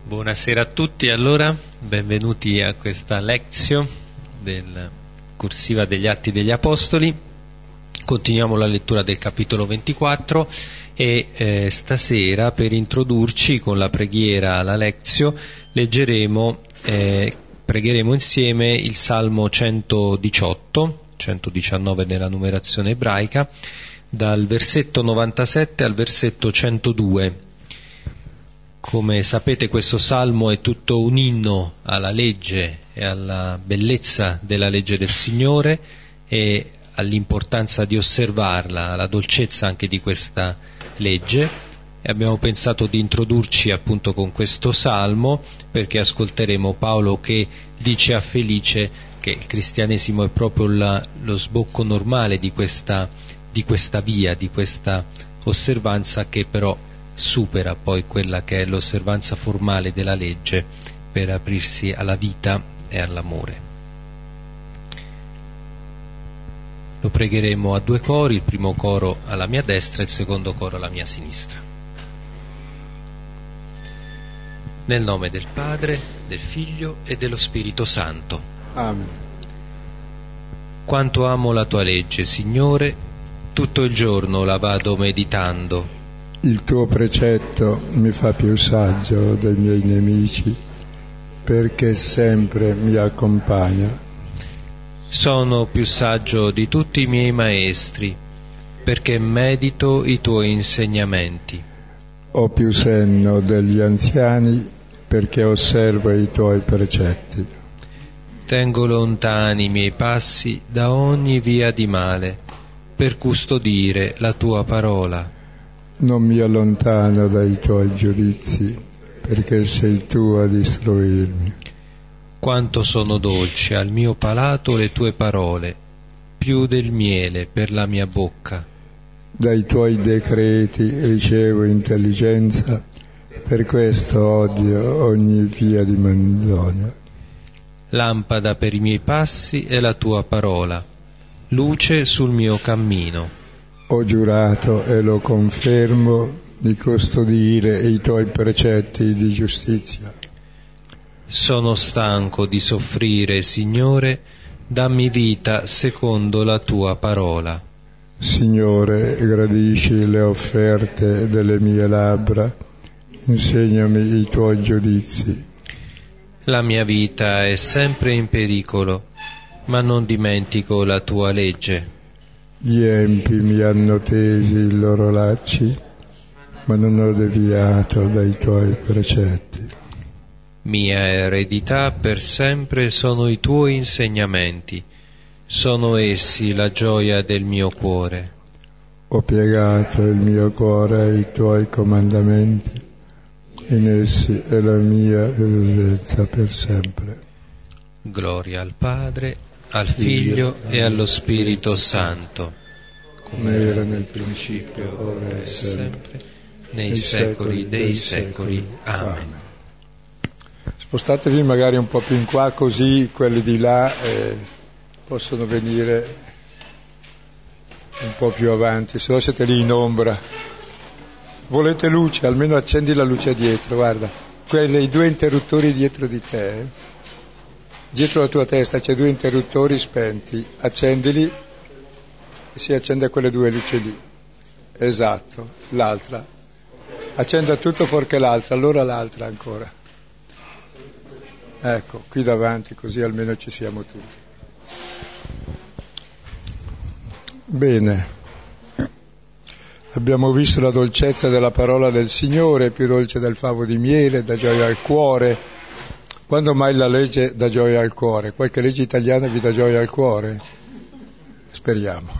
Buonasera a tutti, allora, benvenuti a questa lezione del Corsiva degli Atti degli Apostoli. Continuiamo la lettura del capitolo 24 e stasera, per introdurci con la preghiera alla lezione, pregheremo insieme il Salmo 118, 119 nella numerazione ebraica, dal versetto 97 al versetto 102. Come sapete, questo salmo è tutto un inno alla legge e alla bellezza della legge del Signore e all'importanza di osservarla, alla dolcezza anche di questa legge. E abbiamo pensato di introdurci appunto con questo salmo, perché ascolteremo Paolo che dice a Felice che il cristianesimo è proprio lo sbocco normale di questa via, di questa osservanza che però supera poi quella che è l'osservanza formale della legge per aprirsi alla vita e all'amore. Lo pregheremo a due cori, il primo coro alla mia destra e il secondo coro alla mia sinistra. Nel nome del Padre, del Figlio e dello Spirito Santo. Amen. Quanto amo la tua legge, Signore, tutto il giorno la vado meditando. Il tuo precetto mi fa più saggio dei miei nemici, perché sempre mi accompagna. Sono più saggio di tutti i miei maestri, perché medito i tuoi insegnamenti. Ho più senno degli anziani, perché osservo i tuoi precetti. Tengo lontani i miei passi da ogni via di male, per custodire la tua parola. Non mi allontano dai tuoi giudizi, perché sei tu a istruirmi. Quanto sono dolci al mio palato le tue parole, più del miele per la mia bocca. Dai tuoi decreti ricevo intelligenza, per questo odio ogni via di menzogna. Lampada per i miei passi è la tua parola, luce sul mio cammino. Ho giurato e lo confermo di custodire i tuoi precetti di giustizia. Sono stanco di soffrire, Signore, dammi vita secondo la tua parola. Signore, gradisci le offerte delle mie labbra, insegnami i tuoi giudizi. La mia vita è sempre in pericolo, ma non dimentico la tua legge. Gli empi mi hanno tesi i loro lacci, ma non ho deviato dai tuoi precetti. Mia eredità per sempre sono i tuoi insegnamenti, sono essi la gioia del mio cuore. Ho piegato il mio cuore ai tuoi comandamenti, in essi è la mia salvezza per sempre. Gloria al Padre, al Figlio e allo Spirito Santo, come era nel principio, ora e sempre, nei secoli dei secoli. Amen. Spostatevi magari un po' più in qua, così quelli di là possono venire un po' più avanti, se no siete lì in ombra. Volete luce? Almeno accendi la luce dietro, guarda, i due interruttori dietro di te. Dietro la tua testa c'è due interruttori spenti, accendili e si accende quelle due luci lì. Esatto, l'altra. Accenda tutto fuorché l'altra, allora l'altra ancora. Ecco, qui davanti, così almeno ci siamo tutti. Bene. Abbiamo visto la dolcezza della parola del Signore, più dolce del favo di miele, dà gioia al cuore. Quando mai la legge dà gioia al cuore? Qualche legge italiana vi dà gioia al cuore? Speriamo.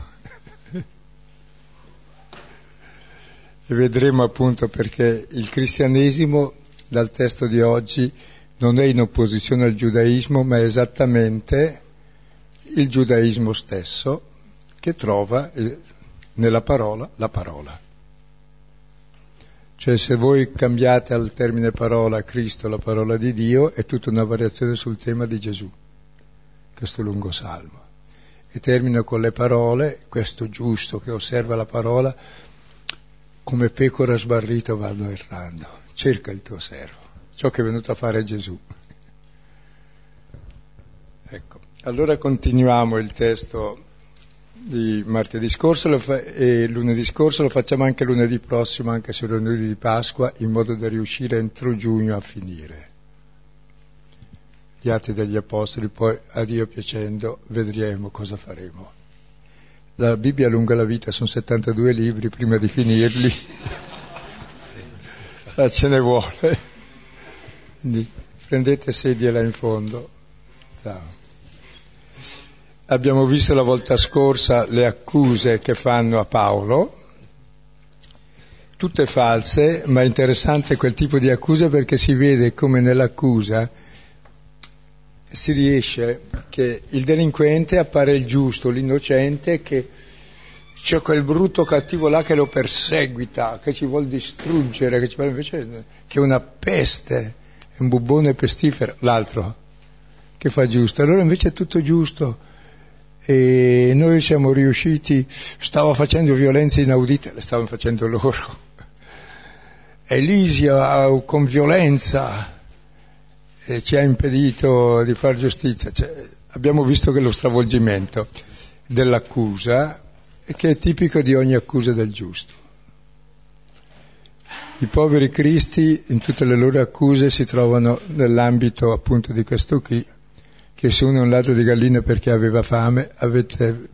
E vedremo appunto perché il cristianesimo, dal testo di oggi, non è in opposizione al giudaismo, ma è esattamente il giudaismo stesso che trova nella parola la parola. Cioè, se voi cambiate al termine parola Cristo la parola di Dio, è tutta una variazione sul tema di Gesù, questo lungo salmo. E termino con le parole, questo giusto che osserva la parola, come pecora sbarrita vanno errando. Cerca il tuo servo, ciò che è venuto a fare Gesù. Ecco, allora continuiamo il testo di martedì scorso e lunedì scorso, lo facciamo anche lunedì prossimo, anche se lunedì di Pasqua, in modo da riuscire entro giugno a finire gli Atti degli Apostoli. Poi, a Dio piacendo, vedremo cosa faremo. La Bibbia lunga la vita, sono 72 libri, prima di finirli ce ne vuole. Quindi prendete sedie là in fondo. Ciao. Abbiamo visto la volta scorsa le accuse che fanno a Paolo, tutte false, ma è interessante quel tipo di accuse perché si vede come nell'accusa si riesce che il delinquente appare il giusto, l'innocente, che c'è quel brutto cattivo là che lo perseguita, che ci vuol distruggere, che ci vuole invece che è una peste, è un bubbone pestifero, l'altro che fa giusto. Allora invece è tutto giusto. E noi siamo riusciti, stava facendo violenze inaudite, le stavano facendo loro. Elisia con violenza ci ha impedito di fare giustizia. Abbiamo visto che lo stravolgimento dell'accusa, che è tipico di ogni accusa del giusto. I poveri cristi in tutte le loro accuse si trovano nell'ambito appunto di questo qui, che se uno è un ladro di galline perché aveva fame, avete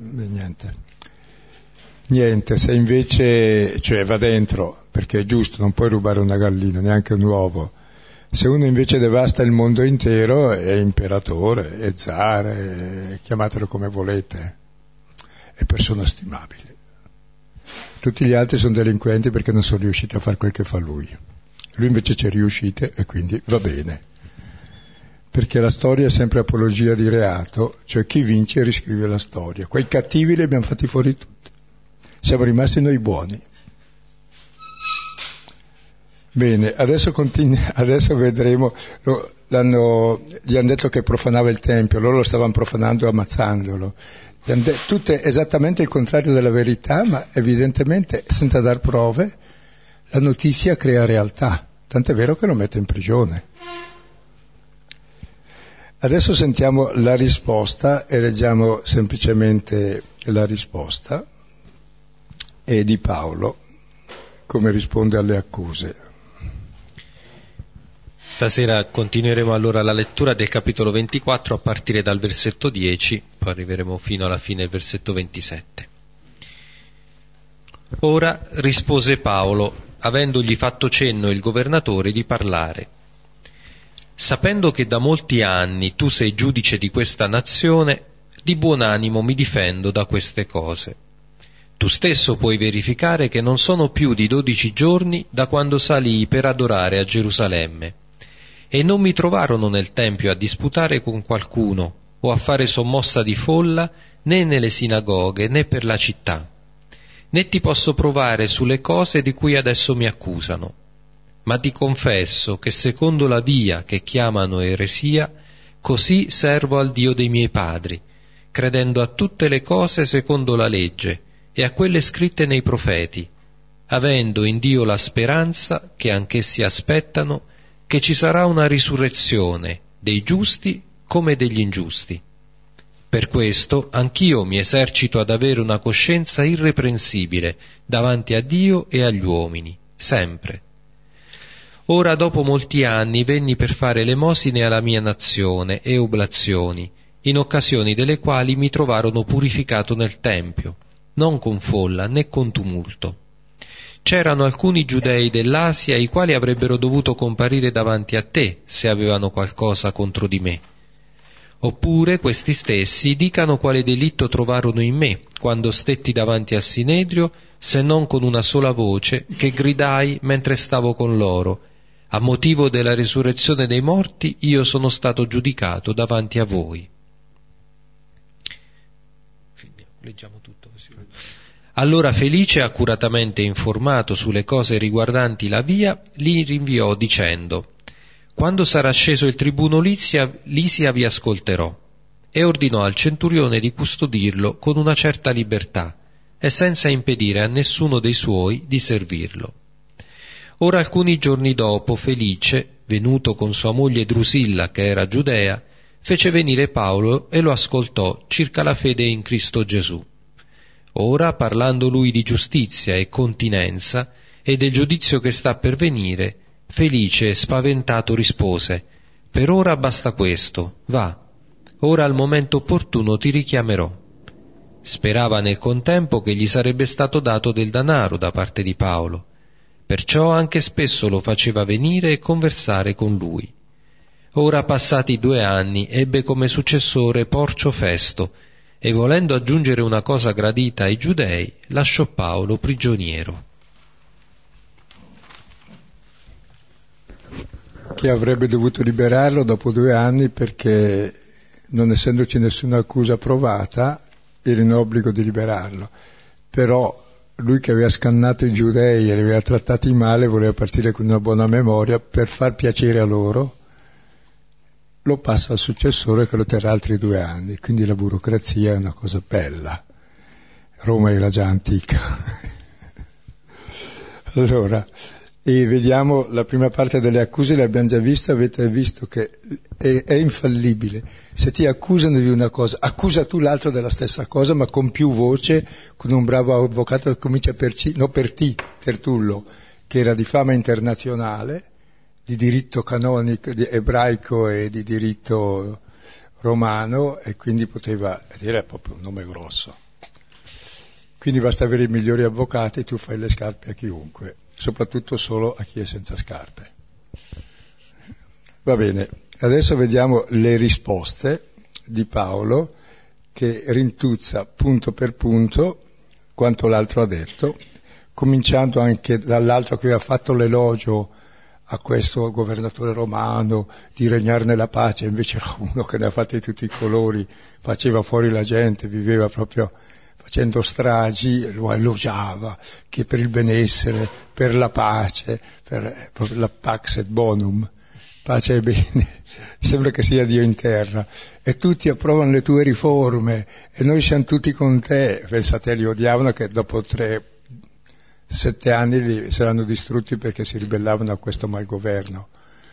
niente, se invece, cioè va dentro, perché è giusto, non puoi rubare una gallina, neanche un uovo. Se uno invece devasta il mondo intero, è imperatore, è zar, chiamatelo come volete, è persona stimabile. Tutti gli altri sono delinquenti perché non sono riusciti a fare quel che fa lui. Lui invece ci è riuscito e quindi va bene. Perché la storia è sempre apologia di reato, cioè chi vince riscrive la storia. Quei cattivi li abbiamo fatti fuori tutti, siamo rimasti noi buoni. Bene, adesso vedremo, gli hanno detto che profanava il Tempio, loro lo stavano profanando ammazzandolo. Tutto è esattamente il contrario della verità, ma evidentemente senza dar prove la notizia crea realtà, tant'è vero che lo mette in prigione. Adesso sentiamo la risposta e leggiamo semplicemente la risposta di Paolo, come risponde alle accuse. Stasera continueremo allora la lettura del capitolo 24 a partire dal versetto 10, poi arriveremo fino alla fine del versetto 27. Ora rispose Paolo, avendogli fatto cenno il governatore di parlare. Sapendo che da molti anni tu sei giudice di questa nazione, di buon animo mi difendo da queste cose. Tu stesso puoi verificare che non sono più di 12 giorni da quando salii per adorare a Gerusalemme, e non mi trovarono nel Tempio a disputare con qualcuno o a fare sommossa di folla né nelle sinagoghe né per la città, né ti posso provare sulle cose di cui adesso mi accusano. Ma ti confesso che secondo la via che chiamano eresia, così servo al Dio dei miei padri, credendo a tutte le cose secondo la legge e a quelle scritte nei profeti, avendo in Dio la speranza che anch'essi aspettano che ci sarà una risurrezione dei giusti come degli ingiusti. Per questo anch'io mi esercito ad avere una coscienza irreprensibile davanti a Dio e agli uomini, sempre. Ora dopo molti anni venni per fare elemosine alla mia nazione e oblazioni, in occasioni delle quali mi trovarono purificato nel Tempio, non con folla né con tumulto. C'erano alcuni giudei dell'Asia i quali avrebbero dovuto comparire davanti a te se avevano qualcosa contro di me. Oppure questi stessi dicano quale delitto trovarono in me quando stetti davanti al Sinedrio, se non con una sola voce che gridai mentre stavo con loro: a motivo della risurrezione dei morti io sono stato giudicato davanti a voi. Leggiamo tutto così. Allora Felice, accuratamente informato sulle cose riguardanti la via, li rinviò dicendo: quando sarà sceso il tribuno Lisia vi ascolterò. E ordinò al centurione di custodirlo con una certa libertà e senza impedire a nessuno dei suoi di servirlo. Ora alcuni giorni dopo Felice, venuto con sua moglie Drusilla, che era giudea, fece venire Paolo e lo ascoltò circa la fede in Cristo Gesù. Ora, parlando lui di giustizia e continenza e del giudizio che sta per venire, felice e spaventato rispose: per ora basta questo, va, ora al momento opportuno ti richiamerò. Sperava nel contempo che gli sarebbe stato dato del denaro da parte di Paolo, perciò anche spesso lo faceva venire e conversare con lui. Ora, passati 2 anni, ebbe come successore Porcio Festo, e volendo aggiungere una cosa gradita ai giudei, lasciò Paolo prigioniero. Che avrebbe dovuto liberarlo dopo 2 anni perché, non essendoci nessuna accusa provata, era in obbligo di liberarlo. Però lui, che aveva scannato i giudei e li aveva trattati male, voleva partire con una buona memoria per far piacere a loro, lo passa al successore che lo terrà altri 2 anni. Quindi la burocrazia è una cosa bella. Roma era già antica. Allora, e vediamo la prima parte delle accuse, le abbiamo già viste, avete visto che è infallibile. Se ti accusano di una cosa, accusa tu l'altro della stessa cosa, ma con più voce, con un bravo avvocato che comincia per Tertullo, che era di fama internazionale, di diritto canonico, di ebraico e di diritto romano, e quindi poteva dire proprio un nome grosso. Quindi basta avere i migliori avvocati, tu fai le scarpe a chiunque, soprattutto solo a chi è senza scarpe. Va bene, adesso vediamo le risposte di Paolo, che rintuzza punto per punto quanto l'altro ha detto, cominciando anche dall'altro che aveva fatto l'elogio a questo governatore romano di regnare nella pace, invece era uno che ne ha fatti tutti i colori, faceva fuori la gente, viveva proprio facendo stragi, lo elogiava, che per il benessere, per la pace, per la pax et bonum, pace e bene, sembra che sia Dio in terra, e tutti approvano le tue riforme, e noi siamo tutti con te. Pensate, li odiavano, che dopo 7 anni li saranno distrutti perché si ribellavano a questo malgoverno.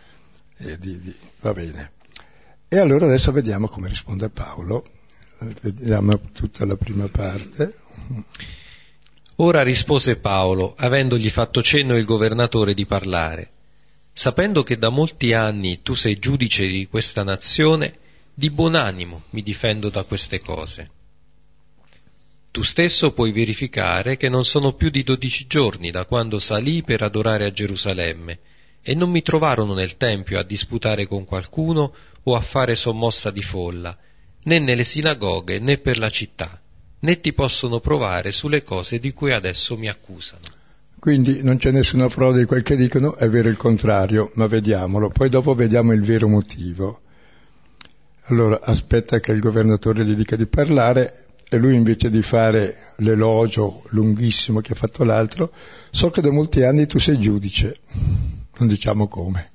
Va bene. E allora adesso vediamo come risponde Paolo. Vediamo tutta la prima parte. Ora rispose Paolo, avendogli fatto cenno il governatore di parlare: sapendo che da molti anni tu sei giudice di questa nazione, di buon animo mi difendo da queste cose. Tu stesso puoi verificare che non sono più di 12 giorni da quando salì per adorare a Gerusalemme, e non mi trovarono nel Tempio a disputare con qualcuno o a fare sommossa di folla, né nelle sinagoghe né per la città, né ti possono provare sulle cose di cui adesso mi accusano. Quindi non c'è nessuna prova di quel che dicono, è vero il contrario, ma vediamolo, poi dopo vediamo il vero motivo. Allora aspetta che il governatore gli dica di parlare, e lui, invece di fare l'elogio lunghissimo che ha fatto l'altro: so che da molti anni tu sei giudice, non diciamo come,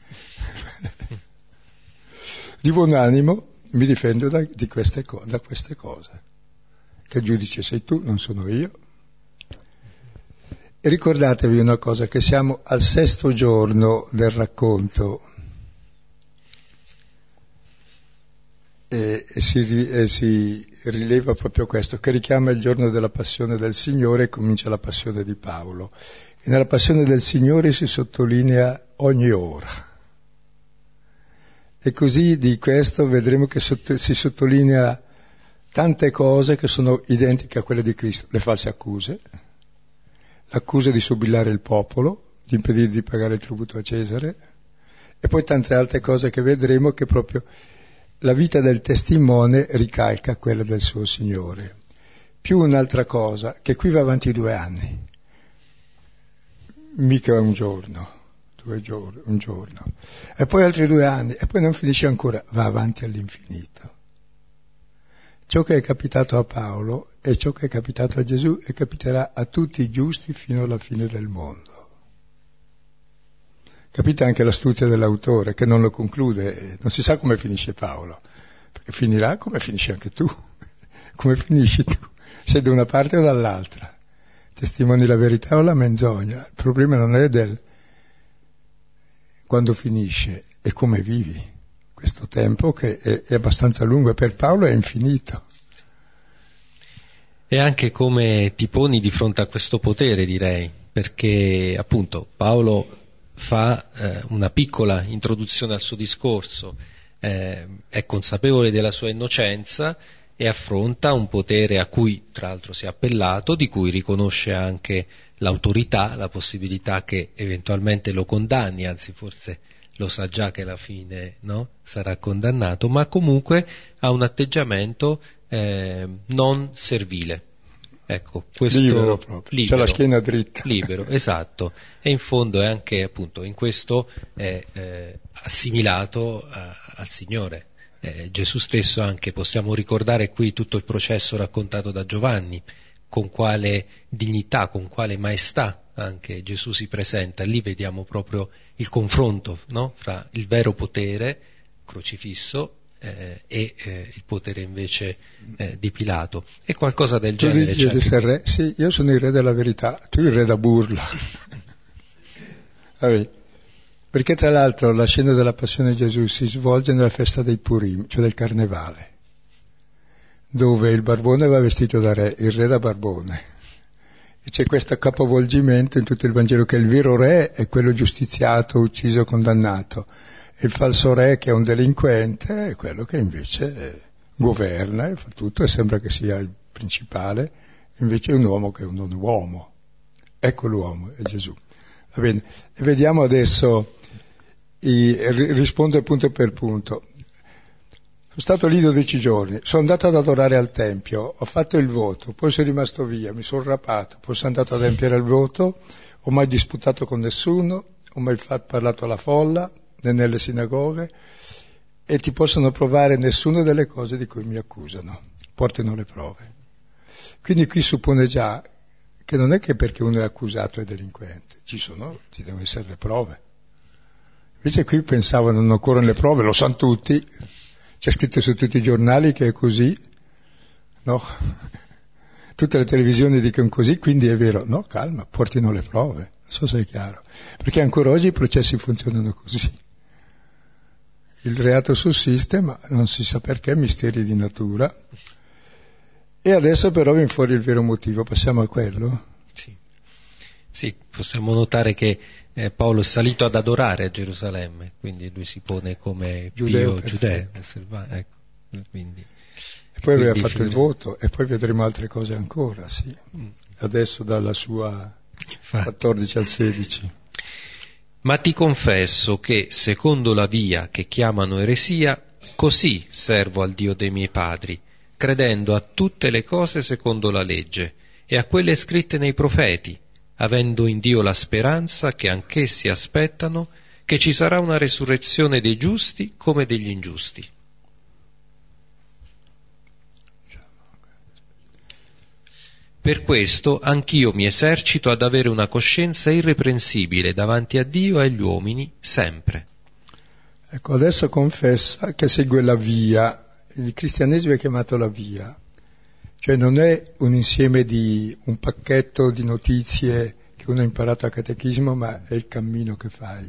di buon animo mi difendo da queste cose. Che giudice sei tu, non sono io. E ricordatevi una cosa, che siamo al 6° giorno del racconto, e si rileva proprio questo, che richiama il giorno della passione del Signore, e comincia la passione di Paolo. E nella passione del Signore si sottolinea ogni ora. E così di questo vedremo che si sottolinea tante cose che sono identiche a quelle di Cristo: le false accuse, l'accusa di sobillare il popolo, di impedire di pagare il tributo a Cesare, e poi tante altre cose che vedremo, che proprio la vita del testimone ricalca quella del suo Signore. Più un'altra cosa, che qui va avanti 2 anni, mica un giorno. Un giorno, e poi altri 2 anni, e poi non finisce ancora, va avanti all'infinito. Ciò che è capitato a Paolo e ciò che è capitato a Gesù e capiterà a tutti i giusti fino alla fine del mondo. Capite anche l'astuzia dell'autore, che non lo conclude, non si sa come finisce Paolo, perché finirà come finisci anche tu, come finisci tu, sei da una parte o dall'altra, testimoni la verità o la menzogna. Il problema non è quando finisce e come vivi questo tempo che è abbastanza lungo e per Paolo è infinito. E anche come ti poni di fronte a questo potere, direi, perché appunto Paolo fa una piccola introduzione al suo discorso, è consapevole della sua innocenza e affronta un potere a cui tra l'altro si è appellato, di cui riconosce anche l'autorità, la possibilità che eventualmente lo condanni, anzi forse lo sa già che alla fine, no? Sarà condannato, ma comunque ha un atteggiamento non servile. Ecco, questo libero proprio, c'è la schiena dritta. Libero, esatto. E in fondo è anche appunto in questo assimilato al Signore. Gesù stesso anche, possiamo ricordare qui tutto il processo raccontato da Giovanni, con quale dignità, con quale maestà anche Gesù si presenta. Lì vediamo proprio il confronto, no? Fra il vero potere crocifisso e il potere invece di Pilato. E qualcosa del genere. Tu dici di essere re? Sì, io sono il re della verità, tu il re da burla. Vabbè. Perché tra l'altro la scena della passione di Gesù si svolge nella festa dei Purim, cioè del Carnevale, dove il barbone va vestito da re, il re da barbone. E c'è questo capovolgimento in tutto il Vangelo, che il vero re è quello giustiziato, ucciso, condannato, e il falso re, che è un delinquente, è quello che invece governa e fa tutto e sembra che sia il principale, invece è un uomo che è un non uomo. Ecco l'uomo, è Gesù. Va bene, e vediamo adesso, rispondo punto per punto. Sono stato lì 12 giorni, sono andato ad adorare al Tempio, ho fatto il voto, poi sono rimasto via, mi sono rapato, poi sono andato ad adempiere il voto, ho mai disputato con nessuno, ho mai parlato alla folla, né nelle sinagoghe, e ti possono provare nessuna delle cose di cui mi accusano, portino le prove. Quindi qui suppone già che non è che perché uno è accusato è delinquente, ci devono essere le prove. Invece qui pensavano non occorrono le prove, lo sanno tutti, c'è scritto su tutti i giornali che è così, no? Tutte le televisioni dicono così, quindi è vero. No, calma, portino le prove, non so se è chiaro, perché ancora oggi i processi funzionano così. Il reato sussiste, ma non si sa perché, misteri di natura. E adesso però viene fuori il vero motivo, passiamo a quello? Sì, possiamo notare che Paolo è salito ad adorare a Gerusalemme, quindi lui si pone come giudeo, ecco, quindi, e poi aveva fatto il voto, e poi vedremo altre cose ancora, sì. Adesso dalla sua 14 al 16. Ma ti confesso che, secondo la via che chiamano eresia, così servo al Dio dei miei padri, credendo a tutte le cose secondo la legge e a quelle scritte nei profeti, avendo in Dio la speranza che anch'essi aspettano che ci sarà una resurrezione dei giusti come degli ingiusti. Per questo anch'io mi esercito ad avere una coscienza irreprensibile davanti a Dio e agli uomini sempre. Ecco, adesso confessa che segue la via. Il cristianesimo è chiamato la via, cioè non è un insieme di un pacchetto di notizie che uno ha imparato a catechismo, ma è il cammino che fai,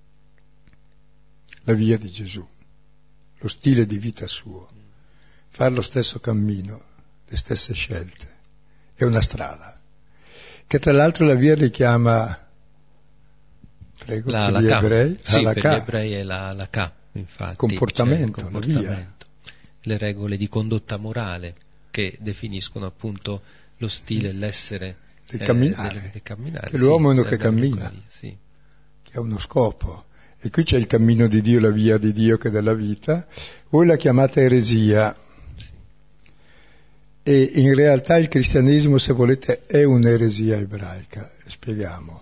la via di Gesù, lo stile di vita suo, fare lo stesso cammino, le stesse scelte, è una strada, che tra l'altro la via richiama, prego, per gli ebrei, sì, per gli ebrei è la K, infatti, comportamento, la via. Le regole di condotta morale che definiscono appunto lo stile, l'essere del camminare, camminare, che l'uomo è uno che cammina, sì. Che ha uno scopo. E qui c'è il cammino di Dio, la via di Dio che è della vita. Voi la chiamate eresia. Sì. E in realtà il cristianesimo, se volete, è un'eresia ebraica. Spieghiamo.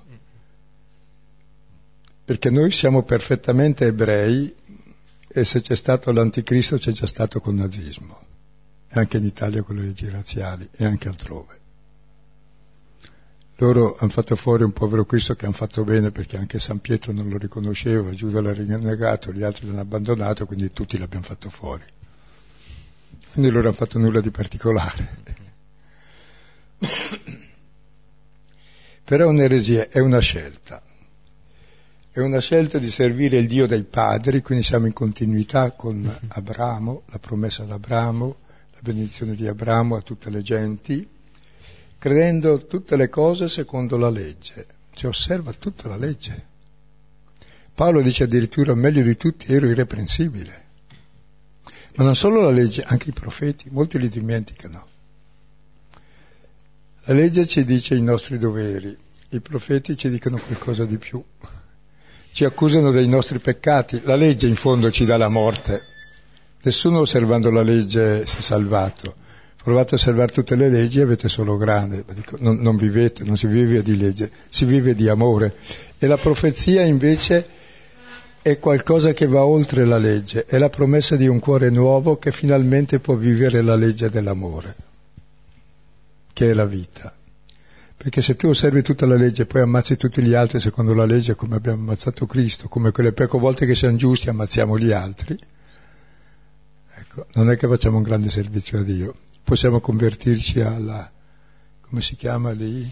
Perché noi siamo perfettamente ebrei, e se c'è stato l'anticristo c'è già stato col nazismo, e anche in Italia con le leggi razziali, e anche altrove. Loro hanno fatto fuori un povero Cristo che hanno fatto bene, perché anche San Pietro non lo riconosceva, Giuda l'ha rinnegato, gli altri l'hanno abbandonato, quindi tutti l'abbiamo fatto fuori. Quindi loro hanno fatto nulla di particolare. Però un'eresia è una scelta. è una scelta di servire il Dio dei padri, quindi siamo in continuità con Abramo, la promessa ad Abramo, la benedizione di Abramo a tutte le genti, credendo tutte le cose secondo la legge, cioè osserva tutta la legge. Paolo dice addirittura meglio di tutti ero irreprensibile. Ma non solo la legge, anche i profeti, molti li dimenticano. La legge ci dice i nostri doveri, i profeti ci dicono qualcosa di più. Ci accusano dei nostri peccati, la legge in fondo ci dà la morte. Nessuno osservando la legge si è salvato. Provate a osservare tutte le leggi e avete solo grande. Non vivete, non si vive di legge, si vive di amore. E la profezia invece è qualcosa che va oltre la legge, è la promessa di un cuore nuovo che finalmente può vivere la legge dell'amore, che è la vita. Perché se tu osservi tutta la legge e poi ammazzi tutti gli altri secondo la legge, come abbiamo ammazzato Cristo, come quelle poche volte che siamo giusti ammazziamo gli altri, ecco, non è che facciamo un grande servizio a Dio. Possiamo convertirci alla, come si chiama lì?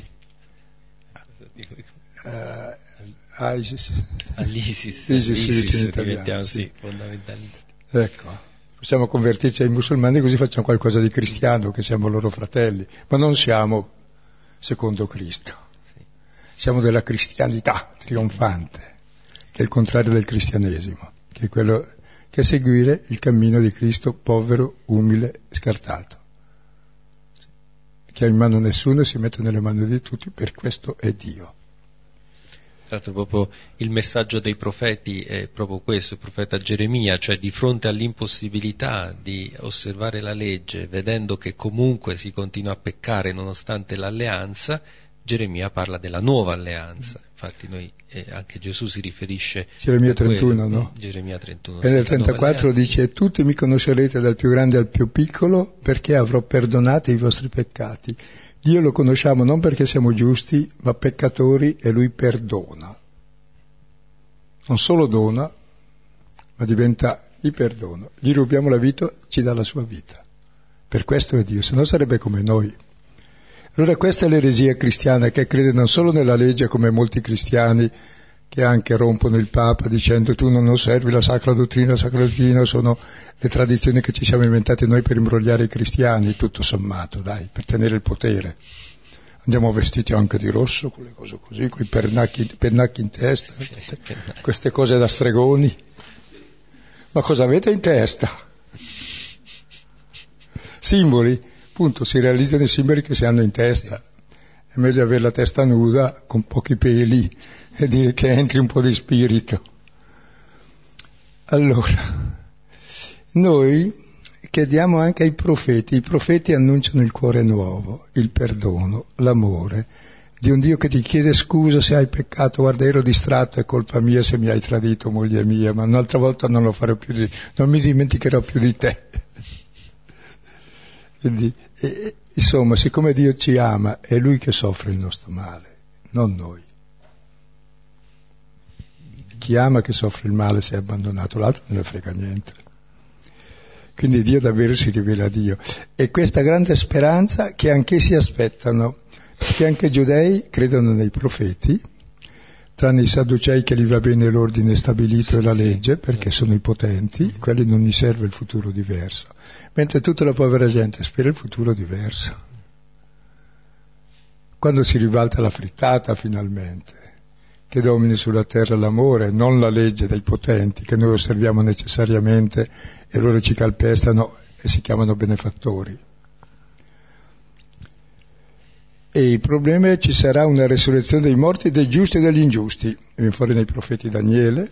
ISIS. ISIS diventiamo sì, fondamentalisti. Ecco, possiamo convertirci ai musulmani così facciamo qualcosa di cristiano, che siamo loro fratelli, ma non siamo secondo Cristo. Sì. Siamo della cristianità trionfante, che è il contrario del cristianesimo, che è quello che è seguire il cammino di Cristo povero, umile, scartato. Che ha in mano nessuno e si mette nelle mani di tutti, per questo è Dio. Tra l'altro proprio il messaggio dei profeti è proprio questo, il profeta Geremia, cioè di fronte all'impossibilità di osservare la legge, vedendo che comunque si continua a peccare nonostante l'alleanza, Geremia parla della nuova alleanza. Infatti anche Gesù si riferisce Geremia 31, no? Geremia 31. E nel 34 dice: tutti mi conoscerete dal più grande al più piccolo, perché avrò perdonato i vostri peccati. Dio lo conosciamo non perché siamo giusti, ma peccatori, e Lui perdona. Non solo dona, ma diventa il perdono. Gli rubiamo la vita, ci dà la sua vita. Per questo è Dio, se no sarebbe come noi. Allora questa è l'eresia cristiana, che crede non solo nella legge come molti cristiani che anche rompono il Papa dicendo tu non osservi la sacra dottrina sono le tradizioni che ci siamo inventati noi per imbrogliare i cristiani, tutto sommato, dai, per tenere il potere. Andiamo vestiti anche di rosso, con le cose così, con i pennacchi in testa, queste cose da stregoni. Ma cosa avete in testa? Simboli, appunto, si realizzano i simboli che si hanno in testa. È meglio avere la testa nuda, con pochi peli, e dire che entri un po' di spirito. Allora, noi chiediamo anche ai profeti, i profeti annunciano il cuore nuovo, il perdono, l'amore, di un Dio che ti chiede scusa se hai peccato, guarda ero distratto, è colpa mia se mi hai tradito, moglie mia, ma un'altra volta non lo farò più non mi dimenticherò più di te. Quindi, insomma, siccome Dio ci ama, è Lui che soffre il nostro male, non noi. Chi ama che soffre il male si è abbandonato, l'altro non ne frega niente. Quindi Dio davvero si rivela a Dio. E questa grande speranza che anch'essi aspettano, perché anche i giudei credono nei profeti, tranne i sadducei che gli va bene l'ordine stabilito e la legge, perché sono i potenti, quelli non gli serve il futuro diverso. Mentre tutta la povera gente spera il futuro diverso. Quando si ribalta la frittata finalmente, che domini sulla terra l'amore, non la legge dei potenti, che noi osserviamo necessariamente e loro ci calpestano e si chiamano benefattori. E il problema è che ci sarà una resurrezione dei morti, dei giusti e degli ingiusti. Viene fuori nei profeti Daniele.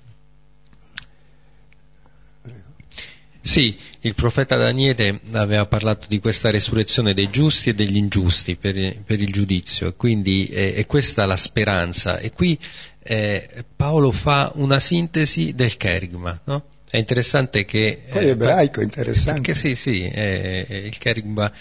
Sì, il profeta Daniele aveva parlato di questa resurrezione dei giusti e degli ingiusti per il giudizio, e quindi è questa la speranza. E qui Paolo fa una sintesi del kerygma, no? È interessante che... Poi è ebraico, interessante. Sì, il kerygma...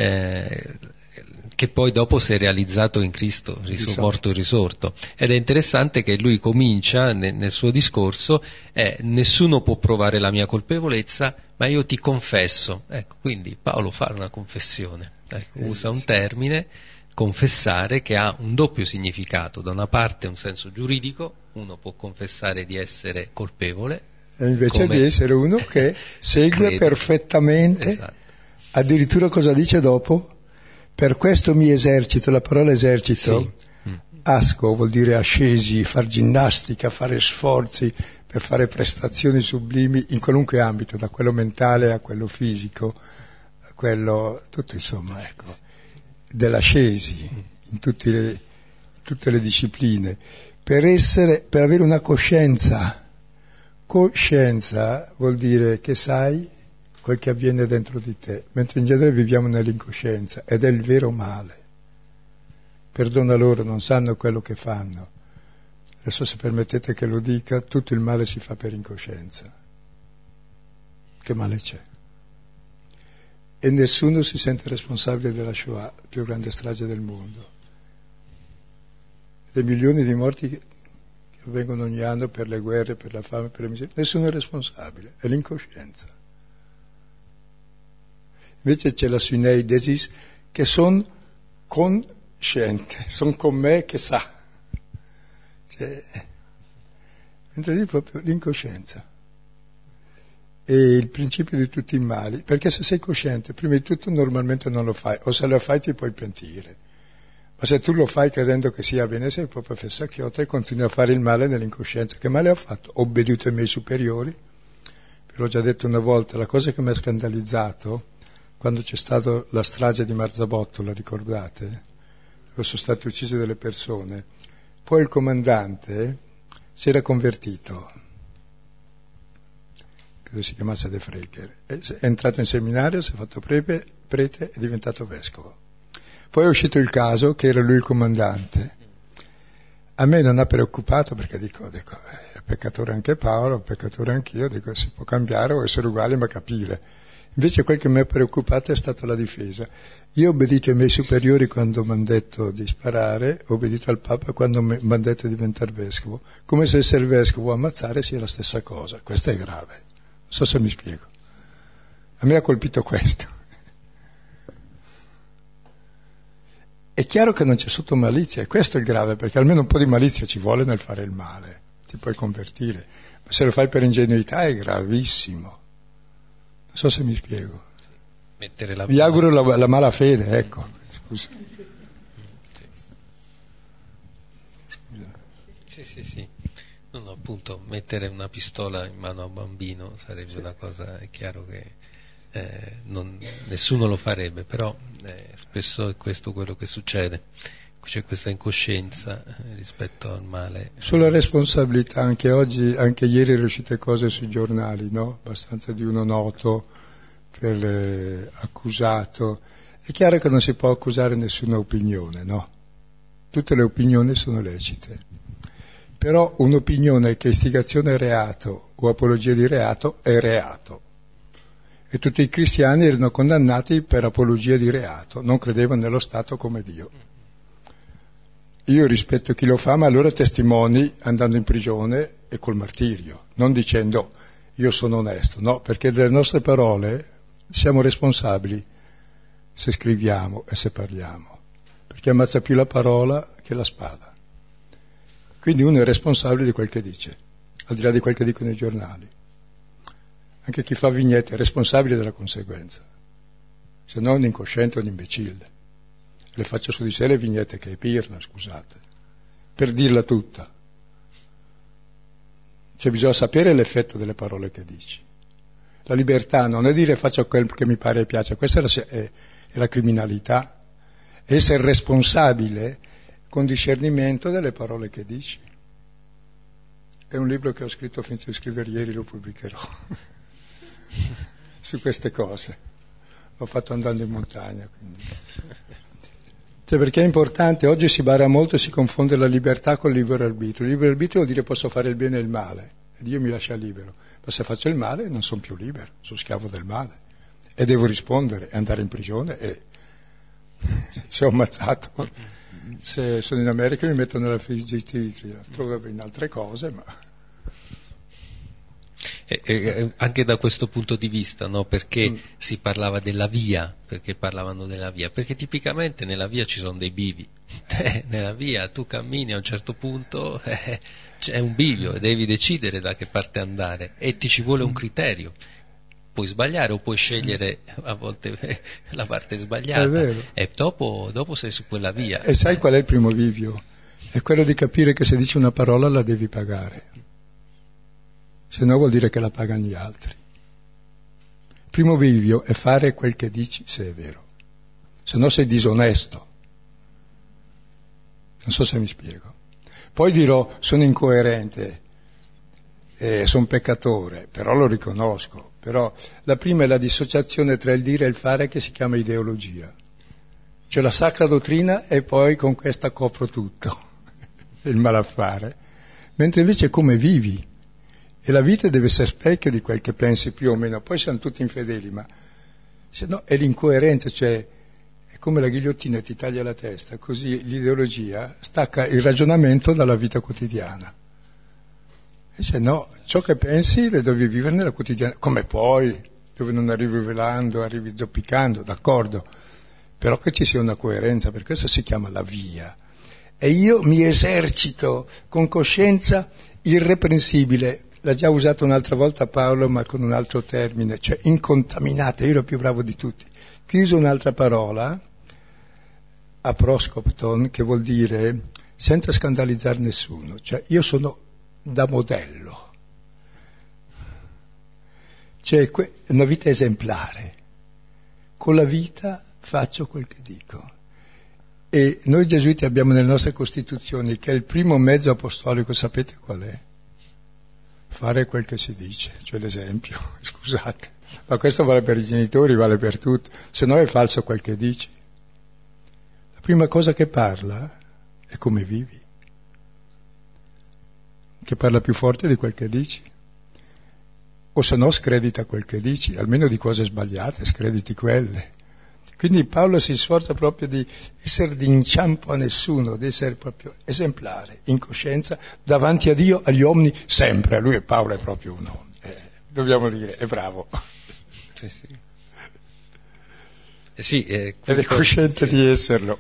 che poi dopo si è realizzato in Cristo, morto e risorto. Ed è interessante che lui comincia nel suo discorso, nessuno può provare la mia colpevolezza, ma io ti confesso. Ecco, quindi Paolo fa una confessione, usa un termine, confessare, che ha un doppio significato, da una parte un senso giuridico, uno può confessare di essere colpevole, e invece di essere uno che segue crede perfettamente. Esatto. Addirittura cosa dice dopo? Per questo mi esercito, la parola esercito, Sì. asco vuol dire ascesi, far ginnastica, fare sforzi per fare prestazioni sublimi in qualunque ambito, da quello mentale a quello fisico, a quello, tutto insomma, ecco, dell'ascesi in tutte le discipline, per avere una coscienza. Coscienza vuol dire che sai quel che avviene dentro di te, mentre in genere viviamo nell'incoscienza, ed è il vero male. Perdona loro, non sanno quello che fanno. Adesso, se permettete che lo dica, tutto il male si fa per incoscienza. Che male c'è? E nessuno si sente responsabile della Shoah, la più grande strage del mondo. Le milioni di morti che avvengono ogni anno per le guerre, per la fame, per le miserie, nessuno è responsabile, è l'incoscienza. Invece c'è la suneidesis, che son consciente, son con me che sa. Mentre lì proprio l'incoscienza è il principio di tutti i mali, perché se sei cosciente, prima di tutto normalmente non lo fai, o se lo fai ti puoi pentire, ma se tu lo fai credendo che sia bene, sei proprio fessacchiota e continui a fare il male nell'incoscienza. Che male ho fatto? Ho obbedito ai miei superiori, ve l'ho già detto una volta. La cosa che mi ha scandalizzato, quando c'è stata la strage di Marzabotto, la ricordate? Dove sono state uccise delle persone. Poi il comandante si era convertito, credo si chiamasse De Frecher, è entrato in seminario, si è fatto prete e è diventato vescovo. Poi è uscito il caso che era lui il comandante. A me non ha preoccupato, perché dico è peccatore anche Paolo, peccatore anch'io, dico si può cambiare o essere uguali ma capire. Invece quel che mi ha preoccupato è stata la difesa. Io ho obbedito ai miei superiori quando mi hanno detto di sparare, ho obbedito al Papa quando mi hanno detto di diventare vescovo, come se essere vescovo o ammazzare sia la stessa cosa. Questo è grave, non so se mi spiego. A me ha colpito questo. È chiaro che non c'è sotto malizia, e questo è il grave, perché almeno un po' di malizia ci vuole nel fare il male, ti puoi convertire, ma se lo fai per ingenuità è gravissimo. Non so se mi spiego. Vi auguro la malafede, ecco. Scusa. Sì. No, appunto, mettere una pistola in mano a un bambino sarebbe una cosa, è chiaro che nessuno lo farebbe, però spesso è questo quello che succede. C'è questa incoscienza rispetto al male. Sulla responsabilità, anche oggi, anche ieri erano uscite cose sui giornali, no? Abbastanza di uno noto per accusato. È chiaro che non si può accusare nessuna opinione, no? Tutte le opinioni sono lecite. Però un'opinione che istigazione a reato o apologia di reato è reato. E tutti i cristiani erano condannati per apologia di reato, non credevano nello Stato come Dio. Io rispetto chi lo fa, ma allora testimoni andando in prigione e col martirio, non dicendo io sono onesto, no, perché delle nostre parole siamo responsabili se scriviamo e se parliamo, perché ammazza più la parola che la spada. Quindi uno è responsabile di quel che dice, al di là di quel che dicono i giornali. Anche chi fa vignette è responsabile della conseguenza, se no è un incosciente o un imbecille. Le faccio su di sé le vignette che è pirla, scusate, per dirla tutta. Cioè bisogna sapere l'effetto delle parole che dici. La libertà non è dire faccio quel che mi pare e piace, questa è la criminalità, è essere responsabile con discernimento delle parole che dici. È un libro che ho scritto, ho finito di scrivere ieri, lo pubblicherò, su queste cose. L'ho fatto andando in montagna, quindi. Cioè perché è importante, oggi si bara molto e si confonde la libertà col libero arbitrio. Il libero arbitrio vuol dire posso fare il bene e il male, e Dio mi lascia libero. Ma se faccio il male non sono più libero, sono schiavo del male. E devo rispondere e andare in prigione e se ho ammazzato, se sono in America mi mettono nella giustizia, trovo in altre cose, ma... Anche da questo punto di vista, no? Perché si parlava della via, perché parlavano della via? Perché tipicamente nella via ci sono dei bivi, nella via tu cammini a un certo punto, c'è un bivio e devi decidere da che parte andare e ti ci vuole un criterio. Puoi sbagliare o puoi scegliere a volte la parte sbagliata e dopo sei su quella via. E sai qual è il primo bivio? È quello di capire che se dici una parola la devi pagare, se no vuol dire che la pagano gli altri. Il primo bivio è fare quel che dici se è vero, se no sei disonesto. Non so se mi spiego. Poi dirò, sono incoerente, sono peccatore, però lo riconosco. Però la prima è la dissociazione tra il dire e il fare, che si chiama ideologia. Cioè la sacra dottrina e poi con questa copro tutto, il malaffare. Mentre invece come vivi. E la vita deve essere specchio di quel che pensi più o meno. Poi siamo tutti infedeli, ma se no è l'incoerenza, cioè è come la ghigliottina ti taglia la testa, così l'ideologia stacca il ragionamento dalla vita quotidiana. E se no, ciò che pensi le devi vivere nella quotidiana, come poi, dove non arrivi velando, arrivi zoppicando, d'accordo, però che ci sia una coerenza, per questo si chiama la via. E io mi esercito con coscienza irreprensibile, l'ha già usato un'altra volta Paolo, ma con un altro termine, cioè incontaminata, io ero più bravo di tutti. Qui uso un'altra parola, aproskopton, che vuol dire senza scandalizzare nessuno, cioè io sono da modello, cioè una vita esemplare, con la vita faccio quel che dico. E noi gesuiti abbiamo nelle nostre costituzioni che è il primo mezzo apostolico, sapete qual è? Fare quel che si dice, cioè l'esempio, scusate, ma questo vale per i genitori, vale per tutti, se no è falso quel che dici. La prima cosa che parla è come vivi, che parla più forte di quel che dici, o se no scredita quel che dici, almeno di cose sbagliate, screditi quelle. Quindi Paolo si sforza proprio di essere di inciampo a nessuno, di essere proprio esemplare, in coscienza, davanti a Dio, agli uomini, sempre. Lui e Paolo è proprio uno, dobbiamo dire, è bravo. Sì, sì. Ed è cosciente di esserlo,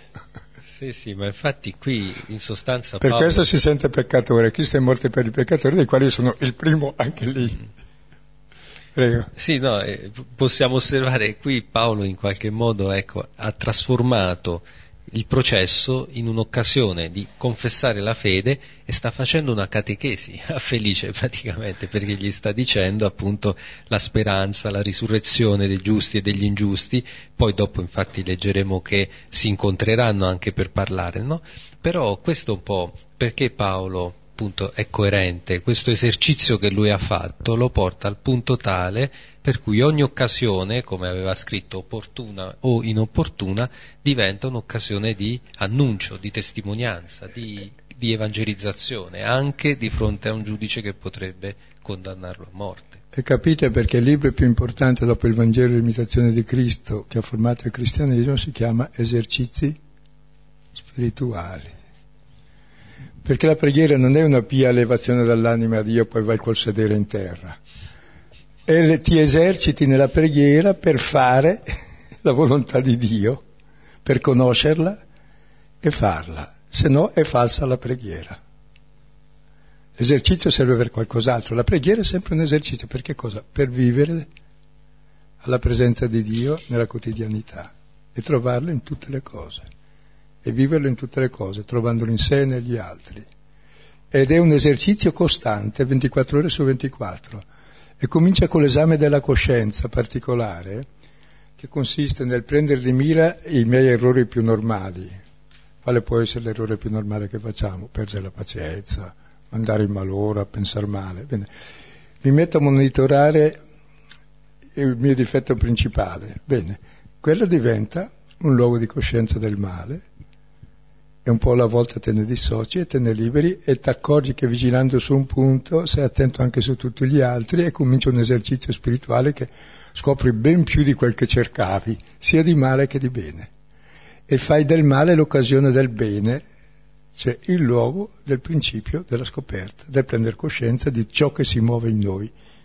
Sì, ma infatti qui in sostanza per Paolo... questo si sente peccatore. Cristo è morto per i peccatori, dei quali io sono il primo anche lì. Prego. Sì, no, possiamo osservare qui Paolo in qualche modo ha trasformato il processo in un'occasione di confessare la fede e sta facendo una catechesi a Felice praticamente, perché gli sta dicendo appunto la speranza, la risurrezione dei giusti e degli ingiusti. Poi dopo infatti leggeremo che si incontreranno anche per parlare, no? Però questo un po' perché Paolo appunto è coerente, questo esercizio che lui ha fatto lo porta al punto tale per cui ogni occasione, come aveva scritto, opportuna o inopportuna, diventa un'occasione di annuncio, di testimonianza, di evangelizzazione, anche di fronte a un giudice che potrebbe condannarlo a morte. E capite perché il libro più importante dopo il Vangelo e l'imitazione di Cristo che ha formato il cristianesimo si chiama Esercizi spirituali. Perché la preghiera non è una pia elevazione dall'anima a Dio, poi vai col sedere in terra. E ti eserciti nella preghiera per fare la volontà di Dio, per conoscerla e farla, se no è falsa la preghiera. L'esercizio serve per qualcos'altro, la preghiera è sempre un esercizio, per che cosa? Per vivere alla presenza di Dio nella quotidianità e trovarlo in tutte le cose. E viverlo in tutte le cose, trovandolo in sé e negli altri. Ed è un esercizio costante, 24 ore su 24. E comincia con l'esame della coscienza particolare, che consiste nel prendere di mira i miei errori più normali. Quale può essere l'errore più normale che facciamo? Perdere la pazienza, andare in malora, pensare male. Bene. Mi metto a monitorare il mio difetto principale. Bene, quello diventa un luogo di coscienza del male, e un po' alla volta te ne dissoci e te ne liberi e ti accorgi che vigilando su un punto sei attento anche su tutti gli altri e comincia un esercizio spirituale che scopri ben più di quel che cercavi, sia di male che di bene. E fai del male l'occasione del bene, cioè il luogo del principio della scoperta, del prendere coscienza di ciò che si muove in noi,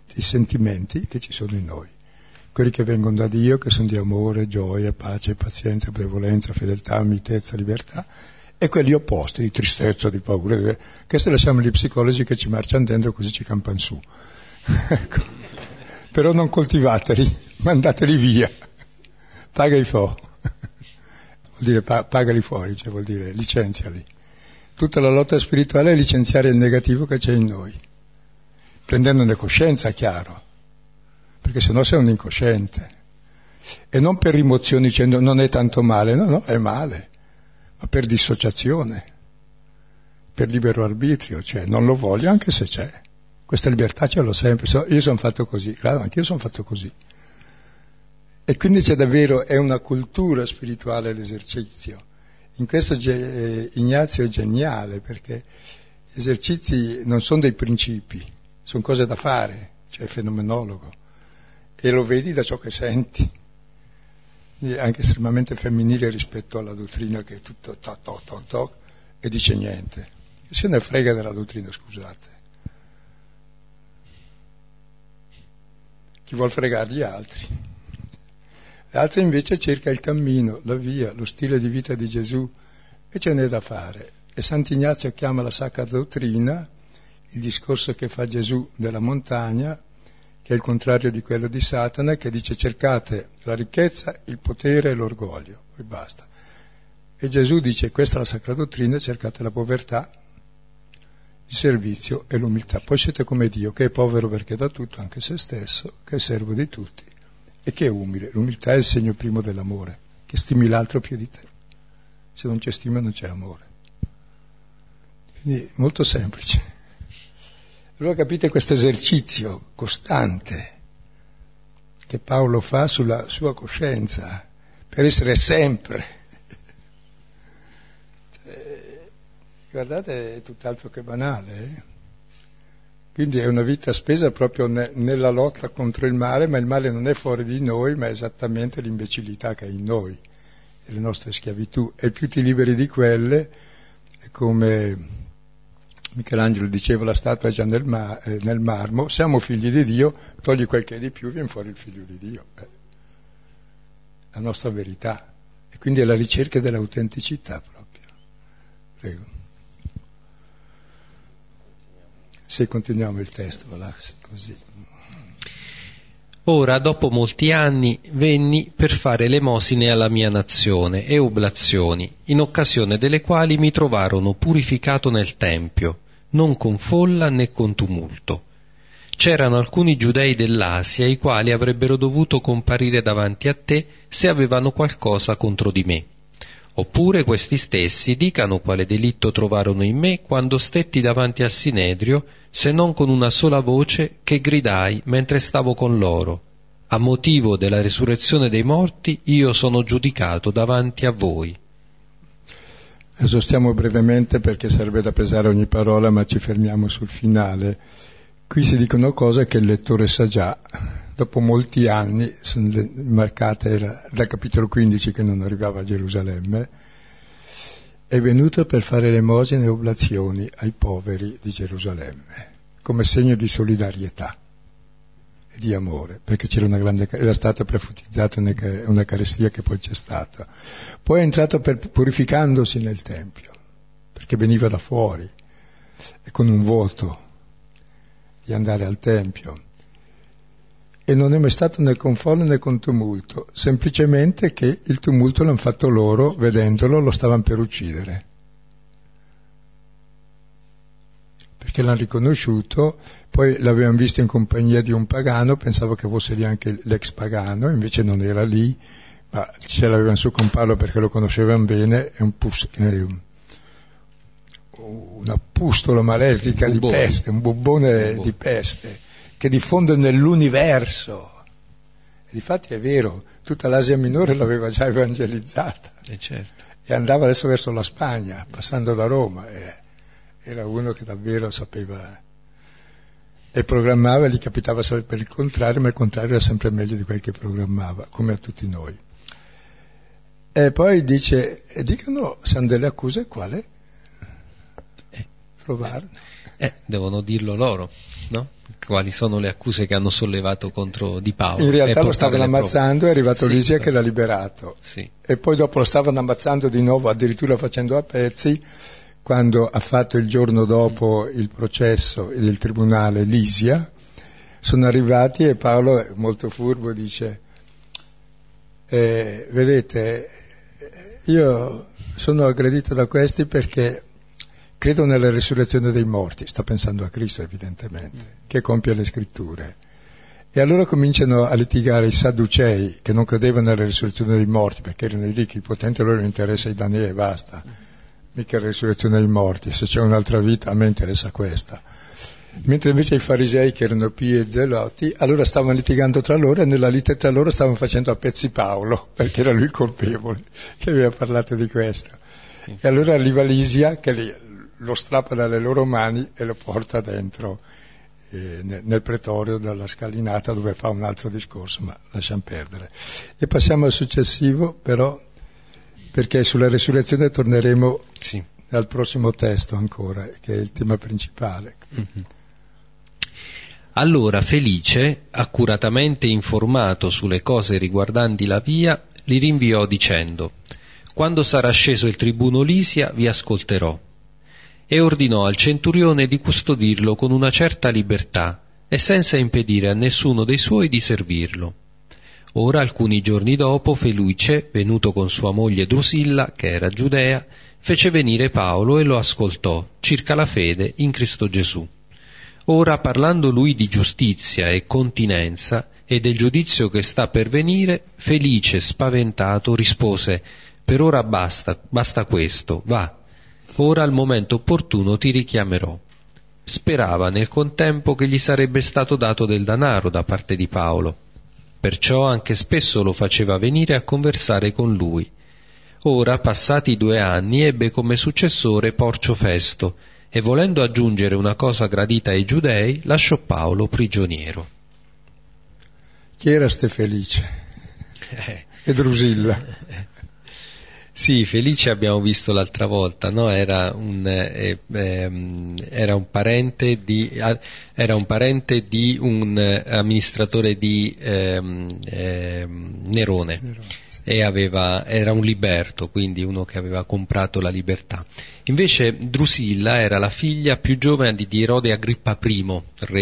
i sentimenti che ci sono in noi, quelli che vengono da Dio, che sono di amore, gioia, pace, pazienza, benevolenza, fedeltà, mitezza, libertà, e quelli opposti, di tristezza, di paura. Questi lasciamo gli psicologi che ci marciano dentro, così ci campano su. Ecco. Però non coltivateli, mandateli via, paga i fo. Vuol dire pagali fuori, cioè vuol dire licenziali. Tutta la lotta spirituale è licenziare il negativo che c'è in noi, prendendone coscienza, chiaro, perché sennò sei un incosciente. E non per rimozione dicendo non è tanto male, no, è male, ma per dissociazione, per libero arbitrio, cioè non lo voglio anche se c'è. Questa libertà ce l'ho sempre, io sono fatto così, claro, anch'io sono fatto così. E quindi c'è davvero, è una cultura spirituale l'esercizio. In questo Ignazio è geniale, perché gli esercizi non sono dei principi, sono cose da fare, cioè fenomenologo, e lo vedi da ciò che senti, è anche estremamente femminile rispetto alla dottrina che è tutto toc, e dice niente. Se ne frega della dottrina, scusate. Chi vuol fregare gli altri? L'altro invece cerca il cammino, la via, lo stile di vita di Gesù, e ce n'è da fare. E Sant'Ignazio chiama la sacra dottrina il discorso che fa Gesù della montagna, che è il contrario di quello di Satana, che dice cercate la ricchezza, il potere e l'orgoglio, poi basta. E Gesù dice questa è la sacra dottrina, cercate la povertà, il servizio e l'umiltà. Poi siete come Dio, che è povero perché dà tutto, anche se stesso, che è servo di tutti, e che è umile. L'umiltà è il segno primo dell'amore, che stimi l'altro più di te. Se non c'è stima non c'è amore. Quindi molto semplice. Allora capite questo esercizio costante che Paolo fa sulla sua coscienza per essere sempre. Guardate, è tutt'altro che banale. Quindi è una vita spesa proprio nella lotta contro il male, ma il male non è fuori di noi, ma è esattamente l'imbecillità che è in noi, e le nostre schiavitù. E più ti liberi di quelle, è come Michelangelo diceva, la statua è già nel marmo, siamo figli di Dio, togli quel che è di più, viene fuori il figlio di Dio. La nostra verità. E quindi è la ricerca dell'autenticità proprio. Prego. Se continuiamo il testo, voilà, così. Ora, dopo molti anni, venni per fare elemosine alla mia nazione e oblazioni, in occasione delle quali mi trovarono purificato nel Tempio, non con folla né con tumulto. C'erano alcuni giudei dell'Asia, i quali avrebbero dovuto comparire davanti a te se avevano qualcosa contro di me. Oppure questi stessi dicano quale delitto trovarono in me quando stetti davanti al Sinedrio, se non con una sola voce che gridai mentre stavo con loro: a motivo della resurrezione dei morti io sono giudicato davanti a voi. Adesso stiamo brevemente perché sarebbe da pesare ogni parola, ma ci fermiamo sul finale. Qui si dicono cose che il lettore sa già. Dopo molti anni, sono marcate dal capitolo 15 che non arrivava a Gerusalemme, è venuto per fare elemosine e oblazioni ai poveri di Gerusalemme, come segno di solidarietà e di amore, perché era stata prefutizzata una carestia che poi c'è stata. Poi è entrato purificandosi nel Tempio, perché veniva da fuori, e con un voto di andare al Tempio. E non è mai stato né con folla né con tumulto, semplicemente che il tumulto l'hanno fatto loro, vedendolo lo stavano per uccidere. Perché l'hanno riconosciuto, poi l'avevano visto in compagnia di un pagano, pensavo che fosse lì anche l'ex pagano, invece non era lì, ma ce l'avevano su con Paolo perché lo conoscevano bene, è una pustola malefica di peste, un bubbone di peste, che diffonde nell'universo. E difatti è vero, tutta l'Asia Minore l'aveva già evangelizzata. Certo. E andava adesso verso la Spagna, passando da Roma. Era uno che davvero sapeva e programmava, gli capitava sempre per il contrario, ma il contrario era sempre meglio di quel che programmava, come a tutti noi. E poi dice, dicono, sono delle accuse quale? trovarne. Devono dirlo loro, no? Quali sono le accuse che hanno sollevato contro Di Paolo. In realtà lo stavano ammazzando, è arrivato Lisia che l'ha liberato. Sì. E poi dopo lo stavano ammazzando di nuovo, addirittura facendo a pezzi, quando ha fatto il giorno dopo il processo del tribunale Lisia. Sono arrivati e Paolo, molto furbo, dice: vedete, io sono aggredito da questi perché credo nella risurrezione dei morti, sta pensando a Cristo evidentemente, che compie le scritture. E allora cominciano a litigare i Sadducei, che non credevano nella risurrezione dei morti, perché erano i ricchi, i potenti, a loro interessa i danni e basta, mica la risurrezione dei morti, se c'è un'altra vita a me interessa questa. Mentre invece i farisei, che erano pii e zeloti, allora stavano litigando tra loro, e nella lite tra loro stavano facendo a pezzi Paolo, perché era lui il colpevole, che aveva parlato di questo. E allora arriva Lisia, che lo strappa dalle loro mani e lo porta dentro nel pretorio della scalinata, dove fa un altro discorso, ma lasciamo perdere. E passiamo al successivo, però, perché sulla resurrezione torneremo al prossimo testo ancora, che è il tema principale. Mm-hmm. Allora Felice, accuratamente informato sulle cose riguardanti la via, li rinviò dicendo: quando sarà sceso il tribuno Lisia vi ascolterò. E ordinò al centurione di custodirlo con una certa libertà e senza impedire a nessuno dei suoi di servirlo. Ora, alcuni giorni dopo, Felice, venuto con sua moglie Drusilla, che era giudea, fece venire Paolo e lo ascoltò circa la fede in Cristo Gesù. Ora, parlando lui di giustizia e continenza e del giudizio che sta per venire, Felice, spaventato, rispose: per ora basta questo, va. Ora al momento opportuno ti richiamerò. Sperava nel contempo che gli sarebbe stato dato del denaro da parte di Paolo. Perciò anche spesso lo faceva venire a conversare con lui. Ora, passati 2 anni, ebbe come successore Porcio Festo, e volendo aggiungere una cosa gradita ai giudei, lasciò Paolo prigioniero. Chi era ste Felice? E Drusilla? Sì, Felice abbiamo visto l'altra volta, no? Era un parente di un amministratore di Nerone. E era un liberto, quindi uno che aveva comprato la libertà. Invece Drusilla era la figlia più giovane di Erode Agrippa I,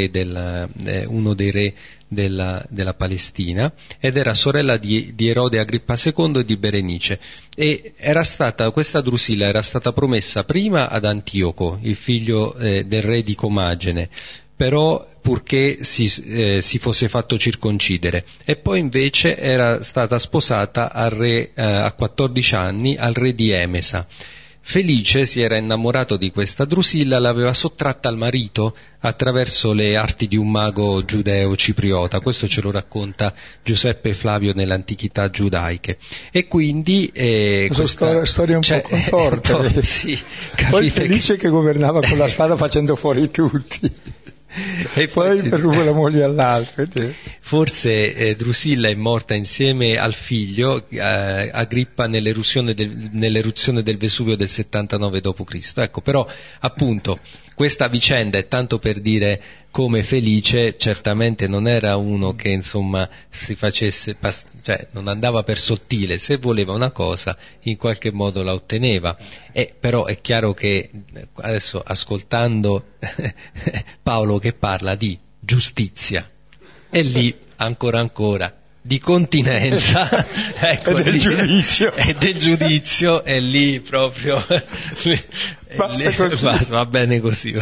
uno dei re della Palestina, ed era sorella di Erode Agrippa II e di Berenice. E questa Drusilla era stata promessa prima ad Antioco, il figlio del re di Comagene, però purché si fosse fatto circoncidere, e poi invece era stata sposata al re a 14 anni al re di Emesa. Felice si era innamorato di questa Drusilla, l'aveva sottratta al marito attraverso le arti di un mago giudeo cipriota. Questo ce lo racconta Giuseppe Flavio nelle Antichità giudaiche. E quindi storia un po' contorta. Sì, poi Felice che governava con la spada facendo fuori tutti. E poi ruba la moglie all'altro. Forse Drusilla è morta insieme al figlio Agrippa nell'eruzione del Vesuvio del 79 d.C. Ecco, però appunto questa vicenda è tanto per dire come Felice certamente non era uno che insomma si facesse non andava per sottile, se voleva una cosa in qualche modo la otteneva. Però è chiaro che adesso, ascoltando Paolo che parla di giustizia, e lì ancora di continenza, ecco, e del giudizio, e lì proprio basta così. Va bene così.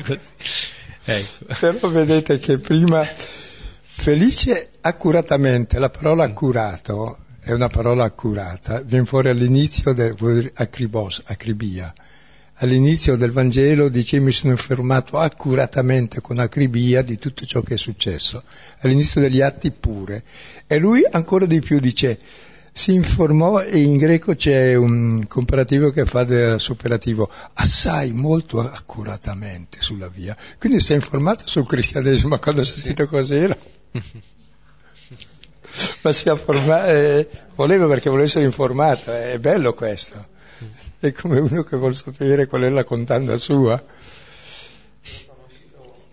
Ecco. Però vedete che prima Felice accuratamente, la parola accurato è una parola accurata, viene fuori all'inizio acribia. All'inizio del Vangelo dice: mi sono informato accuratamente con acribia di tutto ciò che è successo. All'inizio degli Atti pure. E lui ancora di più dice: si informò, e in greco c'è un comparativo che fa del superlativo, assai, molto accuratamente sulla via. Quindi si è informato sul cristianesimo, ma quando ha sentito cos'era. Ma si voleva, perché voleva essere informato. È bello questo. È come uno che vuol sapere qual è la condanna sua.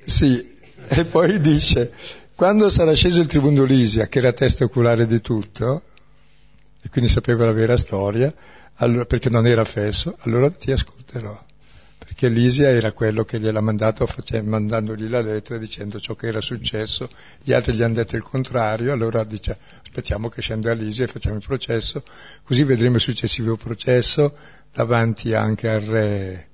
Sì, e poi dice, quando sarà sceso il tribuno Lisia, che era testa oculare di tutto, e quindi sapeva la vera storia, allora, perché non era Fesso, allora ti ascolterò. Perché Lisia era quello che gliel'ha mandato, mandandogli la lettera dicendo ciò che era successo, gli altri gli hanno detto il contrario, allora dice aspettiamo che scenda Lisia e facciamo il processo, così vedremo il successivo processo davanti anche al re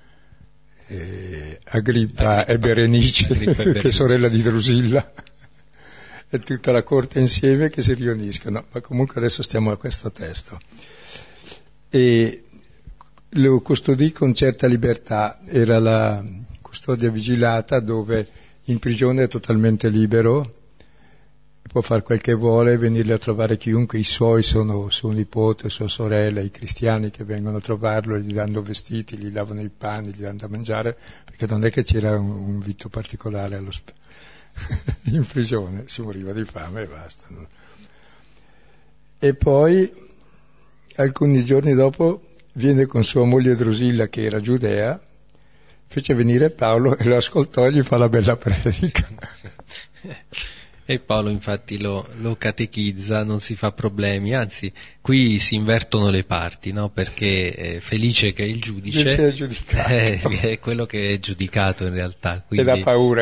Agrippa e Berenice, che è sorella di Drusilla, e tutta la corte insieme che si riuniscono, ma comunque adesso stiamo a questo testo. E lo custodì con certa libertà, era la custodia vigilata dove in prigione è totalmente libero, può fare quel che vuole, venirli a trovare chiunque, i suoi sono suo nipote, sua sorella, i cristiani che vengono a trovarlo, gli danno vestiti, gli lavano i panni, gli danno da mangiare, perché non è che c'era un vitto particolare in prigione, si moriva di fame e basta. No? E poi, alcuni giorni dopo, viene con sua moglie Drusilla, che era giudea, fece venire Paolo e lo ascoltò e gli fa la bella predica. E Paolo infatti lo catechizza, non si fa problemi, anzi qui si invertono le parti, no? Perché Felice che è il giudice è giudicato. È quello che è giudicato in realtà. Quindi e dà paura,